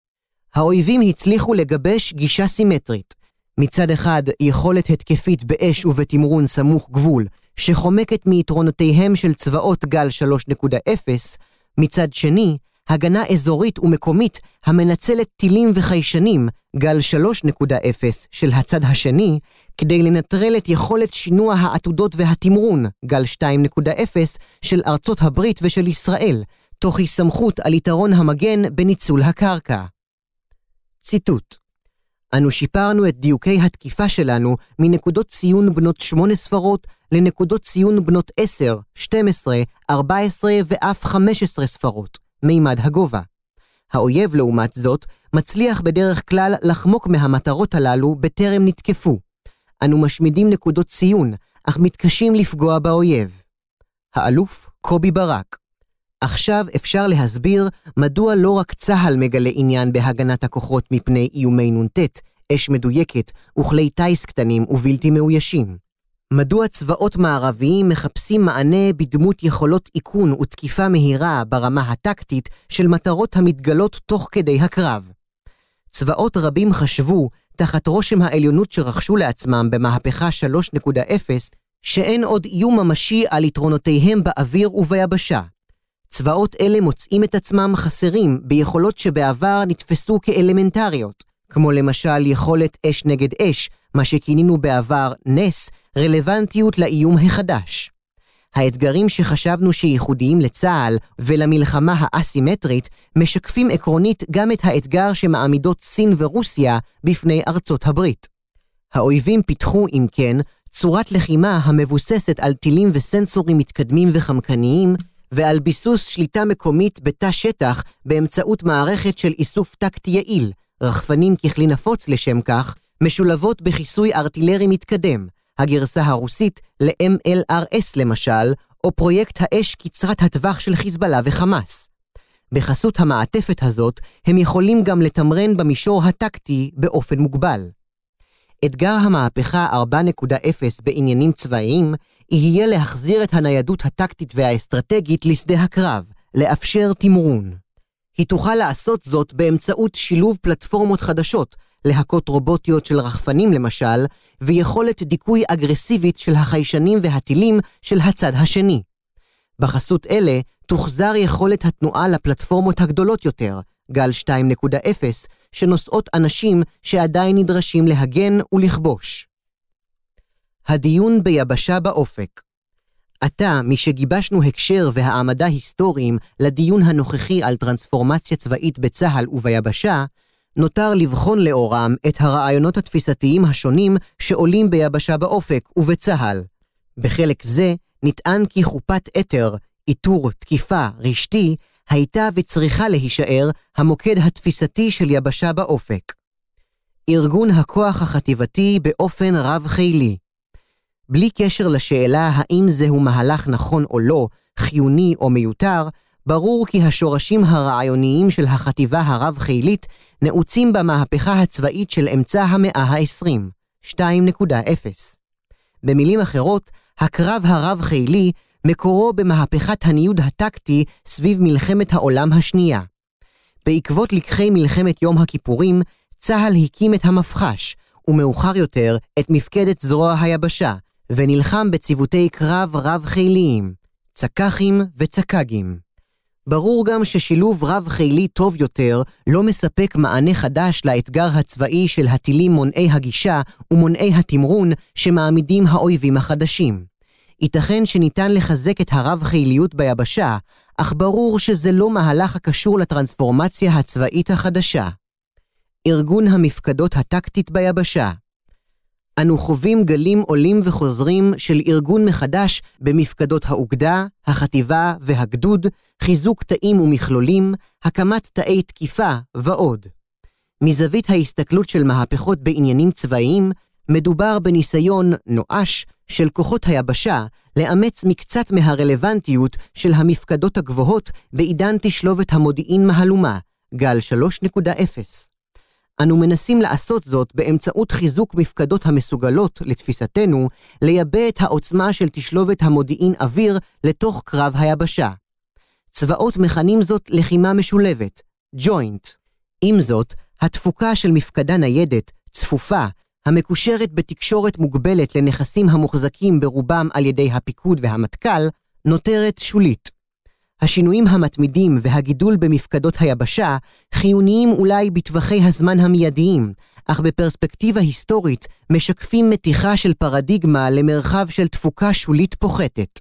האויבים הצליחו לגבש גישה סימטרית. מצד אחד, יכולת התקפית באש ובתמרון סמוך גבול, שחומקת מיתרונותיהם של צבאות גל שלוש נקודה אפס, מצד שני, הגנה אזורית ומקומית המנצלת טילים וחיישנים, גל שלוש נקודה אפס של הצד השני, כדי לנטרל את יכולת שינוע העתודות והתמרון, גל שתיים נקודה אפס של ארצות הברית ושל ישראל, תוך הסמכות על יתרון המגן בניצול הקרקע. ציטוט: אנו שיפרנו את דיוקי התקיפה שלנו מנקודות ציון בנות שמונה ספרות לנקודות ציון בנות עשר, שתים עשרה, ארבע עשרה ואף חמש עשרה ספרות, מימד הגובה. האויב לעומת זאת מצליח בדרך כלל לחמוק מהמטרות הללו בטרם נתקפו. אנו משמידים נקודות ציון, אך מתקשים לפגוע באויב. האלוף קובי ברק. עכשיו אפשר להסביר מדוע לא רק צהל מגלה עניין בהגנת הכוחות מפני איומי נונטט, אש מדויקת וכלי טייס קטנים ובלתי מאוישים. מדוע צבאות מערביים מחפשים מענה בדמות יכולות עיקון ותקיפה מהירה ברמה הטקטית של מטרות המתגלות תוך כדי הקרב. צבאות רבים חשבו, תחת רושם העליונות שרכשו לעצמם במהפכה שלוש נקודה אפס, שאין עוד איום ממשי על יתרונותיהם באוויר וביבשה. צבאות אלה מוצאים את עצמם חסרים ביכולות שבעבר נתפסו כאלמנטריות, כמו למשל יכולת אש נגד אש, מה שכינינו בעבר נס, רלוונטיות לאיום החדש. האתגרים שחשבנו שייחודיים לצה"ל ולמלחמה האסימטרית משקפים עקרונית גם את האתגר שמעמידות סין ורוסיה בפני ארצות הברית. האויבים פיתחו, אם כן, צורת לחימה המבוססת על טילים וסנסורים מתקדמים וחמקניים, ועל ביסוס שליטה מקומית בתא שטח באמצעות מערכת של איסוף טקטי יעיל, רחפנים ככלי נפוץ לשם כך, משולבות בכיסוי ארטילרי מתקדם, הגרסה הרוסית ל-אם אל אר אס למשל, או פרויקט האש קצרת הטווח של חיזבאללה וחמאס. בחסות המעטפת הזאת, הם יכולים גם לתמרן במישור הטקטי באופן מוגבל. אתגר המהפכה ארבע נקודה אפס בעניינים צבאיים, יהיה להחזיר את הניידות הטקטית והאסטרטגית לשדה הקרב, לאפשר תמרון. היא תוכל לעשות זאת באמצעות שילוב פלטפורמות חדשות, להקות רובוטיות של רחפנים למשל, ויכולת דיכוי אגרסיבית של החיישנים והטילים של הצד השני. בחסות אלה תוחזר יכולת התנועה לפלטפורמות הגדולות יותר, גל שתיים נקודה אפס, שנושאות אנשים שעדיין נדרשים להגן ולכבוש. הדיון ביבשה באופק. עתה, משגיבשנו הקשר והעמדה היסטוריים לדיון הנוכחי על טרנספורמציה צבאית בצה"ל וביבשה, נותר לבחון לאורם את הרעיונות התפיסתיים השונים שעולים ביבשה באופק ובצה"ל. בחלק זה נטען כי חופת אתר, איתור, תקיפה, רשתי, הייתה וצריכה להישאר המוקד התפיסתי של יבשה באופק. ארגון הכוח החטיבתי באופן רב חילי. בלי קשר לשאלה האם זהו מהלך נכון או לא, חיוני או מיותר, ברור כי השורשים הרעיוניים של החטיבה הרב חילית נעוצים במהפכה הצבאית של אמצע המאה ה-עשרים, שתיים נקודה אפס. במילים אחרות, הקרב הרב חילי מקורו במהפכת הניוד הטקטי סביב מלחמת העולם השנייה. בעקבות לקחי מלחמת יום הכיפורים, צה"ל הקים את המפחש, ומאוחר יותר את מפקדת זרוע היבשה, ונלחם בציוותי קרב רב חיליים, צקחים וצקגים. ברור גם ששילוב רב חילי טוב יותר לא מספק מענה חדש לאתגר הצבאי של הטילים מונעי הגישה ומונעי התמרון שמעמידים האויבים החדשים. ייתכן שניתן לחזק את הרב חיליות ביבשה, אך ברור שזה לא מהלך הקשור לטרנספורמציה הצבאית החדשה. ארגון המפקדות הטקטית ביבשה. אנו חווים גלים עולים וחוזרים של ארגון מחדש במפקדות האוגדה, החטיבה והגדוד, חיזוק תאים ומכלולים, הקמת תאי תקיפה ועוד. מזווית ההסתכלות של מהפכות בעניינים צבאיים, מדובר בניסיון נואש של כוחות היבשה לאמץ מקצת מהרלוונטיות של המפקדות הגבוהות בעידן תשלובת המודיעין מהלומה, גל שלוש נקודה אפס. אנו מנסים לעשות זאת באמצעות חיזוק מפקדות המסוגלות, לתפיסתנו, לייבא את העוצמה של תשלובת המודיעין אוויר לתוך קרב היבשה. צבאות מכנים זאת לחימה משולבת, ג'וינט. עם זאת, התפוקה של מפקדה ניידת, צפופה, המקושרת בתקשורת מוגבלת לנכסים המוחזקים ברובם על ידי הפיקוד והמטכ"ל, נותרת שולית. השינויים המתמידים והגידול במפקדות היבשה חיוניים אולי בטווחי הזמן המיידיים, אך בפרספקטיבה היסטורית משקפים מתיחה של פרדיגמה למרחב של תפוקה שולית פוחתת.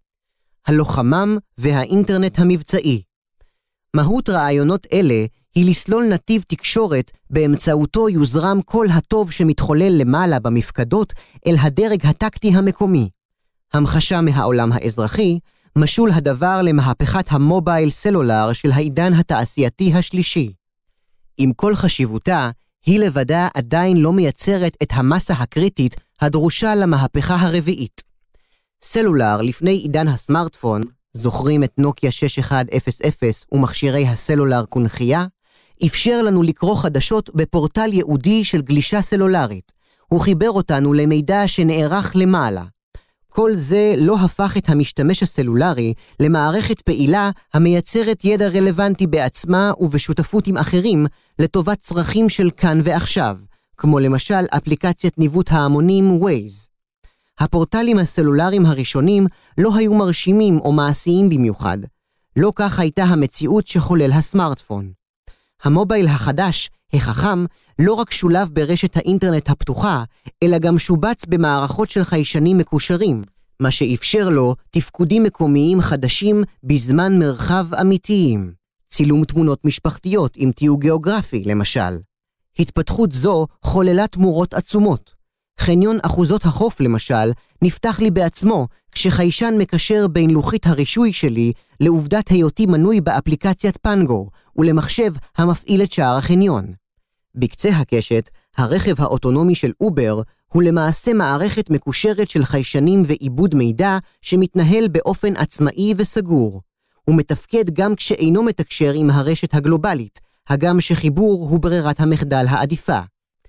הלוחמם והאינטרנט המבצעי. מהות רעיונות אלה היא לסלול נתיב תקשורת באמצעותו יוזרם כל הטוב שמתחולל למעלה במפקדות אל הדרג הטקטי המקומי. המחשה מהעולם האזרחי, משול הדבר למהפכת המובייל סלולר של העידן התעשייתי השלישי. עם כל חשיבותה, היא לבדה עדיין לא מייצרת את המסה הקריטית הדרושה למהפכה הרביעית. סלולר לפני עידן הסמארטפון, זוכרים את נוקיה שש אחד אפס אפס ומכשירי הסלולר קונחייה, אפשר לנו לקרוא חדשות בפורטל ייעודי של גלישה סלולרית. הוא חיבר אותנו למידע שנערך למעלה. כל זה לא הפך את המשתמש הסלולרי למערכת פעילה המייצרת ידע רלוונטי בעצמה ובשותפות עם אחרים לטובת צרכים של כאן ועכשיו, כמו למשל אפליקציית ניווט ההמונים Waze. הפורטלים הסלולריים הראשונים לא היו מרשימים או מעשיים במיוחד. לא כך הייתה המציאות שחולל הסמארטפון. המובייל החדש, החכם, לא רק שולב ברשת האינטרנט הפתוחה, אלא גם שובץ במערכות של חיישנים מקושרים, מה שאפשר לו תפקודים מקומיים חדשים בזמן מרחב אמיתיים. צילום תמונות משפחתיות עם תיוג גיאוגרפי, למשל. התפתחות זו חוללה תמורות עצומות. חניון אחוזות החוף, למשל, נפתח לי בעצמו כשחיישן מקשר בין לוחית הרישוי שלי לעובדת היותי מנוי באפליקציית פנגו ולמחשב המפעיל את שער החניון. בקצה הקשת, הרכב האוטונומי של אובר הוא למעשה מערכת מקושרת של חיישנים ועיבוד מידע שמתנהל באופן עצמאי וסגור. הוא מתפקד גם כשאינו מתקשר עם הרשת הגלובלית, הגם שחיבור הוא ברירת המחדל העדיפה.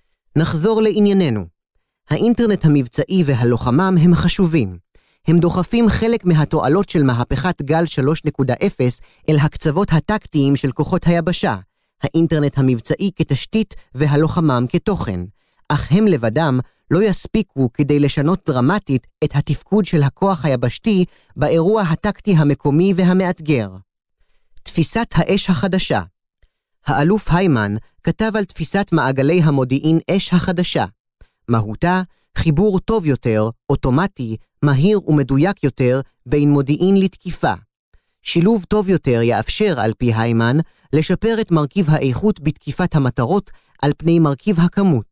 נחזור לענייננו. האינטרנט המבצעי והלוחמם הם חשובים. הם דוחפים חלק מהתועלות של מהפכת גל שלוש נקודה אפס אל הקצוות הטקטיים של כוחות היבשה, האינטרנט המבצעי כתשתית והלוחמם כתוכן, אך הם לבדם לא יספיקו כדי לשנות דרמטית את התפקוד של הכוח היבשתי באירוע הטקטי המקומי והמאתגר. תפיסת האש החדשה. האלוף היימן כתב על תפיסת מעגלי המודיעין אש החדשה. מהותה, חיבור טוב יותר, אוטומטי, מהיר ומדויק יותר בין מודיעין לתקיפה. שילוב טוב יותר יאפשר, על פי היימן, לשפר את מרכיב האיכות בתקיפת המטרות על פני מרכיב הכמות.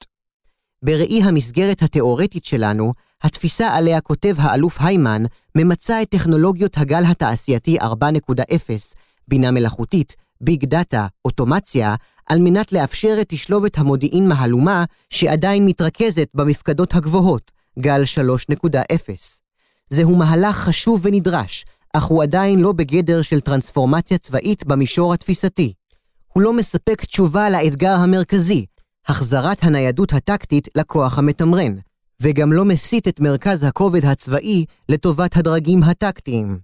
בראי המסגרת התיאורטית שלנו, התפיסה עליה כותב האלוף היימן ממצה את טכנולוגיות הגל התעשייתי ארבע נקודה אפס, בינה מלאכותית, ביג דאטה, אוטומציה, על מנת לאפשר את תשלובת המודיעין מהלומה שעדיין מתרכזת במפקדות הגבוהות, גל שלוש נקודה אפס. זהו מהלך חשוב ונדרש, אך הוא עדיין לא בגדר של טרנספורמציה צבאית במישור התפיסתי. הוא לא מספק תשובה לאתגר המרכזי, החזרת הניידות הטקטית לכוח המתמרן, וגם לא מסיט את מרכז הכובד הצבאי לטובת הדרגים הטקטיים.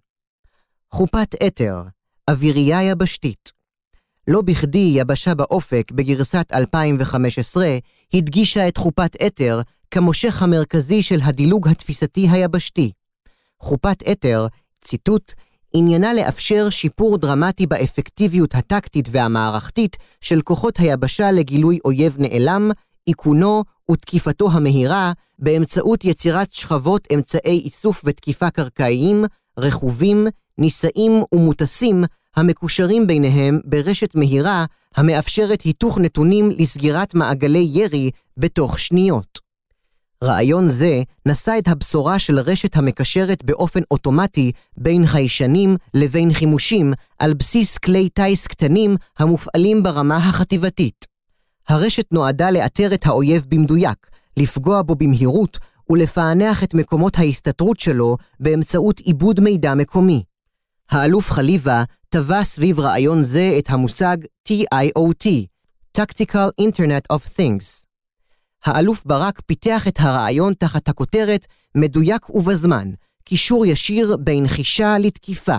חופת אתר, אווירייה יבשתית. לא בכדי יבשה באופק בגרסת אלפיים וחמש עשרה הדגישה את חופת אתר כמושך המרכזי של הדילוג התפיסתי היבשתי. חופת אתר, ציטוט, עניינה לאפשר שיפור דרמטי באפקטיביות הטקטית והמערכתית של כוחות היבשה לגילוי אויב נעלם, איכונו ותקיפתו המהירה באמצעות יצירת שכבות אמצעי איסוף ותקיפה קרקעיים, רכובים, נישאים ומוטסים המקושרים ביניהם ברשת מהירה המאפשרת היתוך נתונים לסגירת מעגלי ירי בתוך שניות. רעיון זה נשא את הבשורה של רשת המקשרת באופן אוטומטי בין חיישנים לבין חימושים על בסיס כלי טייס קטנים המופעלים ברמה החטיבתית. הרשת נועדה לאתר את האויב במדויק, לפגוע בו במהירות ולפענח את מקומות ההסתתרות שלו באמצעות עיבוד מידע מקומי. האלוף חליבה טבע סביב רעיון זה את המושג טי איי או טי, Tactical Internet of Things. האלוף ברק פיתח את הרעיון תחת הכותרת מדויק ובזמן, קישור ישיר בין חישה לתקיפה,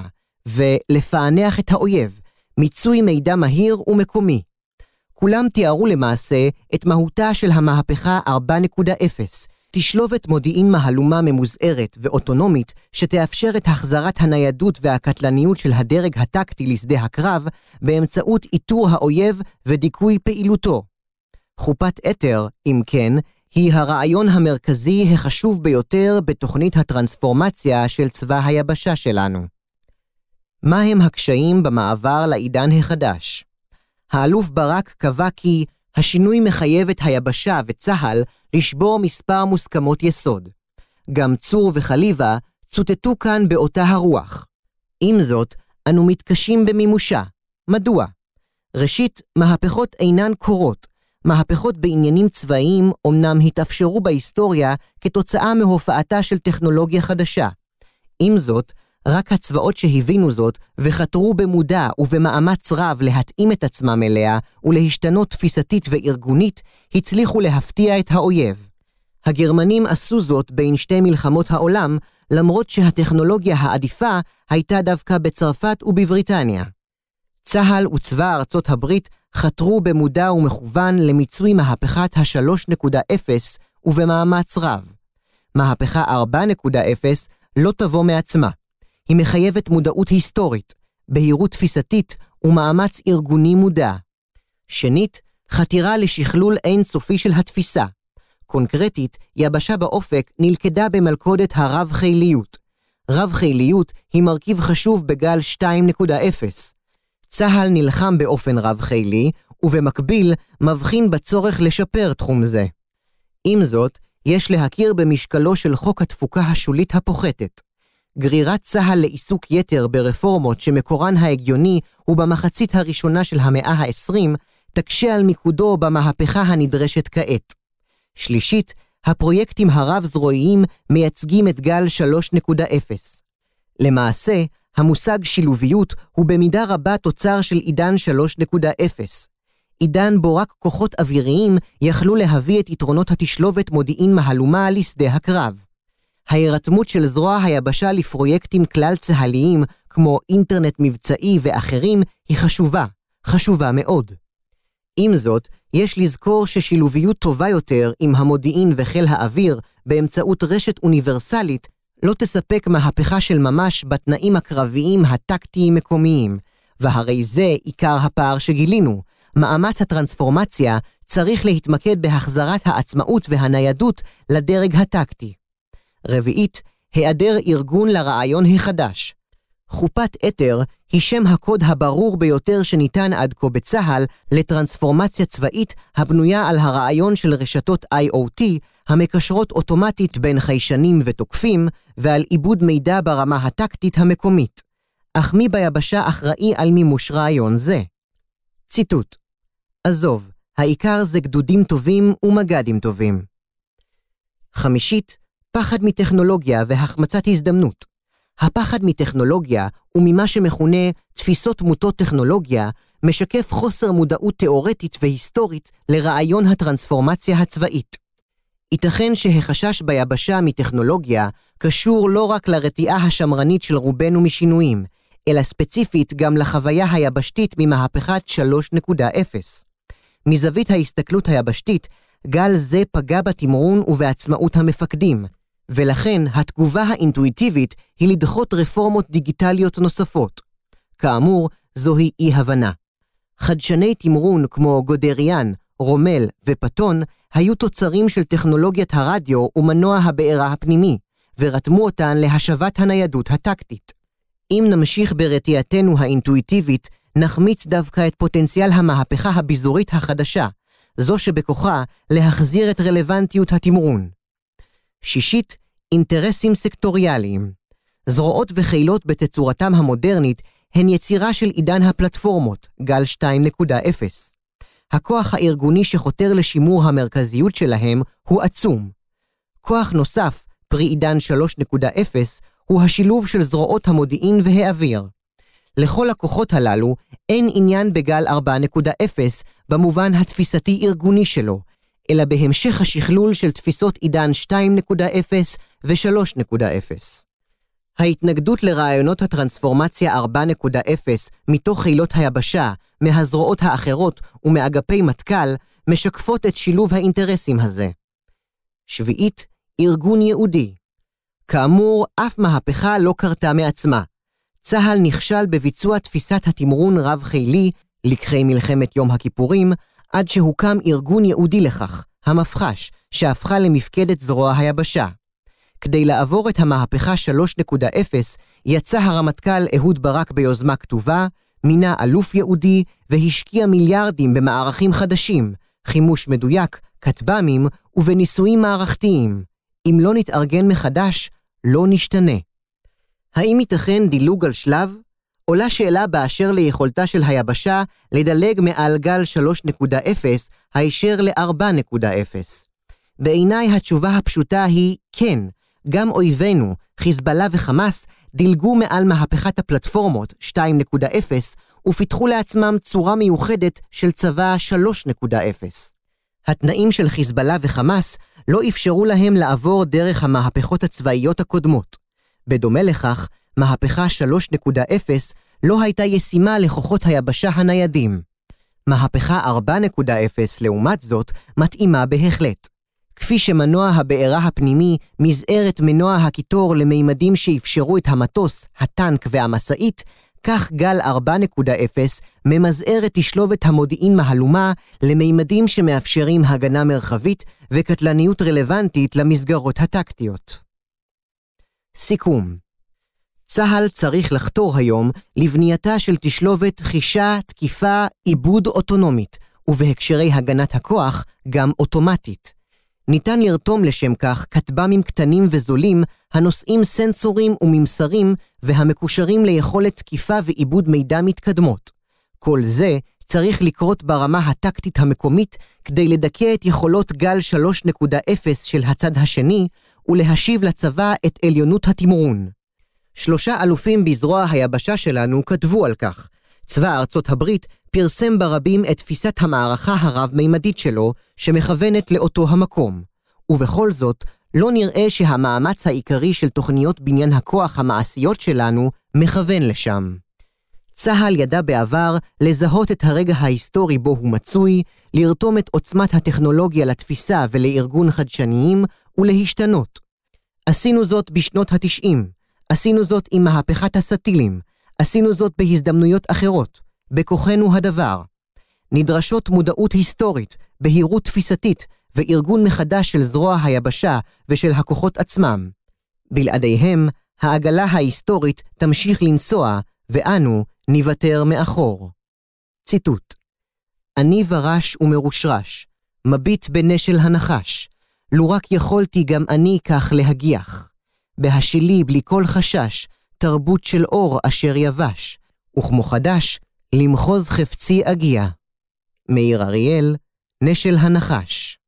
ולפענח את האויב, מיצוי מידע מהיר ומקומי. כולם תיארו למעשה את מהותה של המהפכה ארבע נקודה אפס, תשלובת מודיעין מהלומה ממוזערת ואוטונומית שתאפשר את החזרת הניידות והקטלניות של הדרג הטקטי לשדה הקרב באמצעות איתור האויב ודיכוי פעילותו. חופת אתר, אם כן, היא הרעיון המרכזי החשוב ביותר בתוכנית הטרנספורמציה של צבא היבשה שלנו. מה הם הקשיים במעבר לעידן החדש? האלוף ברק קבע כי השינוי מחייב את היבשה וצהל לשבור מספר מוסכמות יסוד. גם צור וחליבה צוטטו כאן באותה הרוח. עם זאת, אנו מתקשים במימושה. מדוע? ראשית, מהפכות אינן קורות. מהפכות בעניינים צבאיים אומנם התאפשרו בהיסטוריה כתוצאה מהופעתה של טכנולוגיה חדשה. עם זאת, רק הצבאות שהבינו זאת וחתרו במודע ובמאמץ רב להתאים את עצמם אליה ולהשתנות תפיסתית וארגונית, הצליחו להפתיע את האויב. הגרמנים עשו זאת בין שתי מלחמות העולם, למרות שהטכנולוגיה העדיפה הייתה דווקא בצרפת ובבריטניה. צה"ל וצבא ארצות הברית חתרו במודע ומכוון למיצוי מהפכת ה-שלוש נקודה אפס ובמאמץ רב. מהפכה ארבע נקודה אפס לא תבוא מעצמה. היא מחייבת מודעות היסטורית, בהירות תפיסתית ומאמץ ארגוני מודע. שנית, חתירה לשכלול אינסופי של התפיסה. קונקרטית, יבשה באופק נלכדה במלכודת הרב-חיליות. רב-חיליות היא מרכיב חשוב בגל שתיים נקודה אפס. צה"ל נלחם באופן רב-חילי, ובמקביל מבחין בצורך לשפר תחום זה. עם זאת, יש להכיר במשקלו של חוק התפוקה השולית הפוחתת. גרירת צה"ל לעיסוק יתר ברפורמות שמקורן ההגיוני הוא במחצית הראשונה של המאה ה-עשרים, תקשה על מיקודו במהפכה הנדרשת כעת. שלישית, הפרויקטים הרב-זרועיים מייצגים את גל שלוש נקודה אפס. למעשה, המושג שילוביות הוא במידה רבה תוצר של עידן שלוש נקודה אפס. עידן בו רק כוחות אוויריים יכלו להביא את יתרונות התשלובת מודיעין מהלומה לשדה הקרב. ההירתמות של זרוע היבשה לפרויקטים כלל צהליים כמו אינטרנט מבצעי ואחרים היא חשובה, חשובה מאוד. עם זאת, יש לזכור ששילוביות טובה יותר עם המודיעין וחיל האוויר באמצעות רשת אוניברסלית לא תספק מהפכה של ממש בתנאים הקרביים הטקטיים מקומיים, והרי זה עיקר הפער שגילינו. מאמץ הטרנספורמציה צריך להתמקד בהחזרת העצמאות והניידות לדרג הטקטי. רביעית, היעדר ארגון לרעיון החדש. חופת אתר היא שם הקוד הברור ביותר שניתן עד כה בצה"ל לטרנספורמציה צבאית הבנויה על הרעיון של רשתות איי או טי המקשרות אוטומטית בין חיישנים ותוקפים ועל עיבוד מידע ברמה הטקטית המקומית. אך מי ביבשה אחראי על מימוש רעיון זה? ציטוט: עזוב, העיקר זה גדודים טובים ומגדים טובים. חמישית, פחד מטכנולוגיה והחמצת הזדמנות. הפחד מטכנולוגיה וממה שמכונה תפיסות מוטות טכנולוגיה משקף חוסר מודעות תיאורטית והיסטורית לרעיון הטרנספורמציה הצבאית. ייתכן שהחשש ביבשה מטכנולוגיה קשור לא רק לרתיעה השמרנית של רובנו משינויים, אלא ספציפית גם לחוויה היבשתית ממהפכת שלוש נקודה אפס. מזווית ההסתכלות היבשתית, גל זה פגע בתמרון ובעצמאות המפקדים, ולכן התגובה האינטואיטיבית היא לדחות רפורמות דיגיטליות נוספות. כאמור, זוהי אי-הבנה. חדשני תמרון כמו גודריאן, רומל ופטון היו תוצרים של טכנולוגיית הרדיו ומנוע הבעירה הפנימי, ורתמו אותן להשבת הניידות הטקטית. אם נמשיך ברתיעתנו האינטואיטיבית, נחמיץ דווקא את פוטנציאל המהפכה הביזורית החדשה, זו שבכוחה להחזיר את רלוונטיות התמרון. שישית, אינטרסים סקטוריאליים. זרועות וחילות בתצורתם המודרנית הן יצירה של עידן הפלטפורמות, גל שתיים נקודה אפס. הכוח הארגוני שחותר לשימור המרכזיות שלהם הוא עצום. כוח נוסף, פרי עידן שלוש נקודה אפס, הוא השילוב של זרועות המודיעין והאוויר. לכל הכוחות הללו אין עניין בגל ארבע נקודה אפס במובן התפיסתי ארגוני שלו, אלא בהמשך השכלול של תפיסות עידן שתיים נקודה אפס ו-שלוש נקודה אפס. ההתנגדות לרעיונות הטרנספורמציה ארבע נקודה אפס מתוך חילות היבשה, מהזרועות האחרות ומאגפי מטכ"ל, משקפות את שילוב האינטרסים הזה. שביעית, ארגון יהודי. כאמור, אף מהפכה לא קרתה מעצמה. צה"ל נכשל בביצוע תפיסת התמרון רב-חילי, לקחי מלחמת יום הכיפורים, עד שהוקם ארגון יהודי לכך, המפח"ש, שהפכה למפקדת זרוע היבשה. כדי לעבור את המהפכה שלוש נקודה אפס, יצא הרמטכ"ל אהוד ברק ביוזמה כתובה, מינה אלוף יהודי והשקיע מיליארדים במערכים חדשים, חימוש מדויק, כטב"מים ובניסויים מערכתיים. אם לא נתארגן מחדש, לא נשתנה. האם ייתכן דילוג על שלב? עולה שאלה באשר ליכולתה של היבשה לדלג מעל גל שלוש נקודה אפס הישר ל-ארבע נקודה אפס. בעיניי התשובה הפשוטה היא כן, גם אויבינו, חיזבאללה וחמאס, דילגו מעל מהפכת הפלטפורמות שתיים נקודה אפס ופיתחו לעצמם צורה מיוחדת של צבא שלוש נקודה אפס. התנאים של חיזבאללה וחמאס לא אפשרו להם לעבור דרך המהפכות הצבאיות הקודמות. בדומה לכך, מהפכה שלוש נקודה אפס לא הייתה ישימה לכוחות היבשה הניידים. מהפכה ארבע נקודה אפס לעומת זאת מתאימה בהחלט. כפי שמנוע הבעירה הפנימי מזער את מנוע הקיטור למימדים שאפשרו את המטוס, הטנק והמסעית, כך גל ארבע נקודה אפס ממזער את תשלובת המודיעין מהלומה למימדים שמאפשרים הגנה מרחבית וקטלניות רלוונטית למסגרות הטקטיות. סיכום. צה"ל צריך לחתור היום לבנייתה של תשלובת חישה, תקיפה, עיבוד אוטונומית, ובהקשרי הגנת הכוח גם אוטומטית. ניתן לרתום לשם כך כטב"מים קטנים וזולים הנושאים סנסורים וממסרים והמקושרים ליכולת תקיפה ועיבוד מידע מתקדמות. כל זה צריך לקרות ברמה הטקטית המקומית כדי לדכא את יכולות גל שלוש נקודה אפס של הצד השני ולהשיב לצבא את עליונות התמרון. שלושה אלופים בזרוע היבשה שלנו כתבו על כך. צבא ארצות הברית פרסם ברבים את תפיסת המערכה הרב-מימדית שלו שמכוונת לאותו המקום. ובכל זאת, לא נראה שהמאמץ העיקרי של תוכניות בניין הכוח המעשיות שלנו מכוון לשם. צה"ל ידע בעבר לזהות את הרגע ההיסטורי בו הוא מצוי, לרתום את עוצמת הטכנולוגיה לתפיסה ולארגון חדשניים ולהשתנות. עשינו זאת בשנות התשעים, עשינו זאת עם מהפכת הסטילים, עשינו זאת בהזדמנויות אחרות, בכוחנו הדבר. נדרשות מודעות היסטורית, בהירות תפיסתית וארגון מחדש של זרוע היבשה ושל הכוחות עצמם. בלעדיהם, העגלה ההיסטורית תמשיך לנסוע ואנו ניוותר מאחור. ציטוט: אני ורש ומרושרש, מביט בנשל הנחש, לו רק יכולתי גם אני כך להגיח. בהשילי בלי כל חשש, תרבות של אור אשר יבש, וכמו חדש, למחוז חפצי אגיע. מאיר אריאל, נשל הנחש.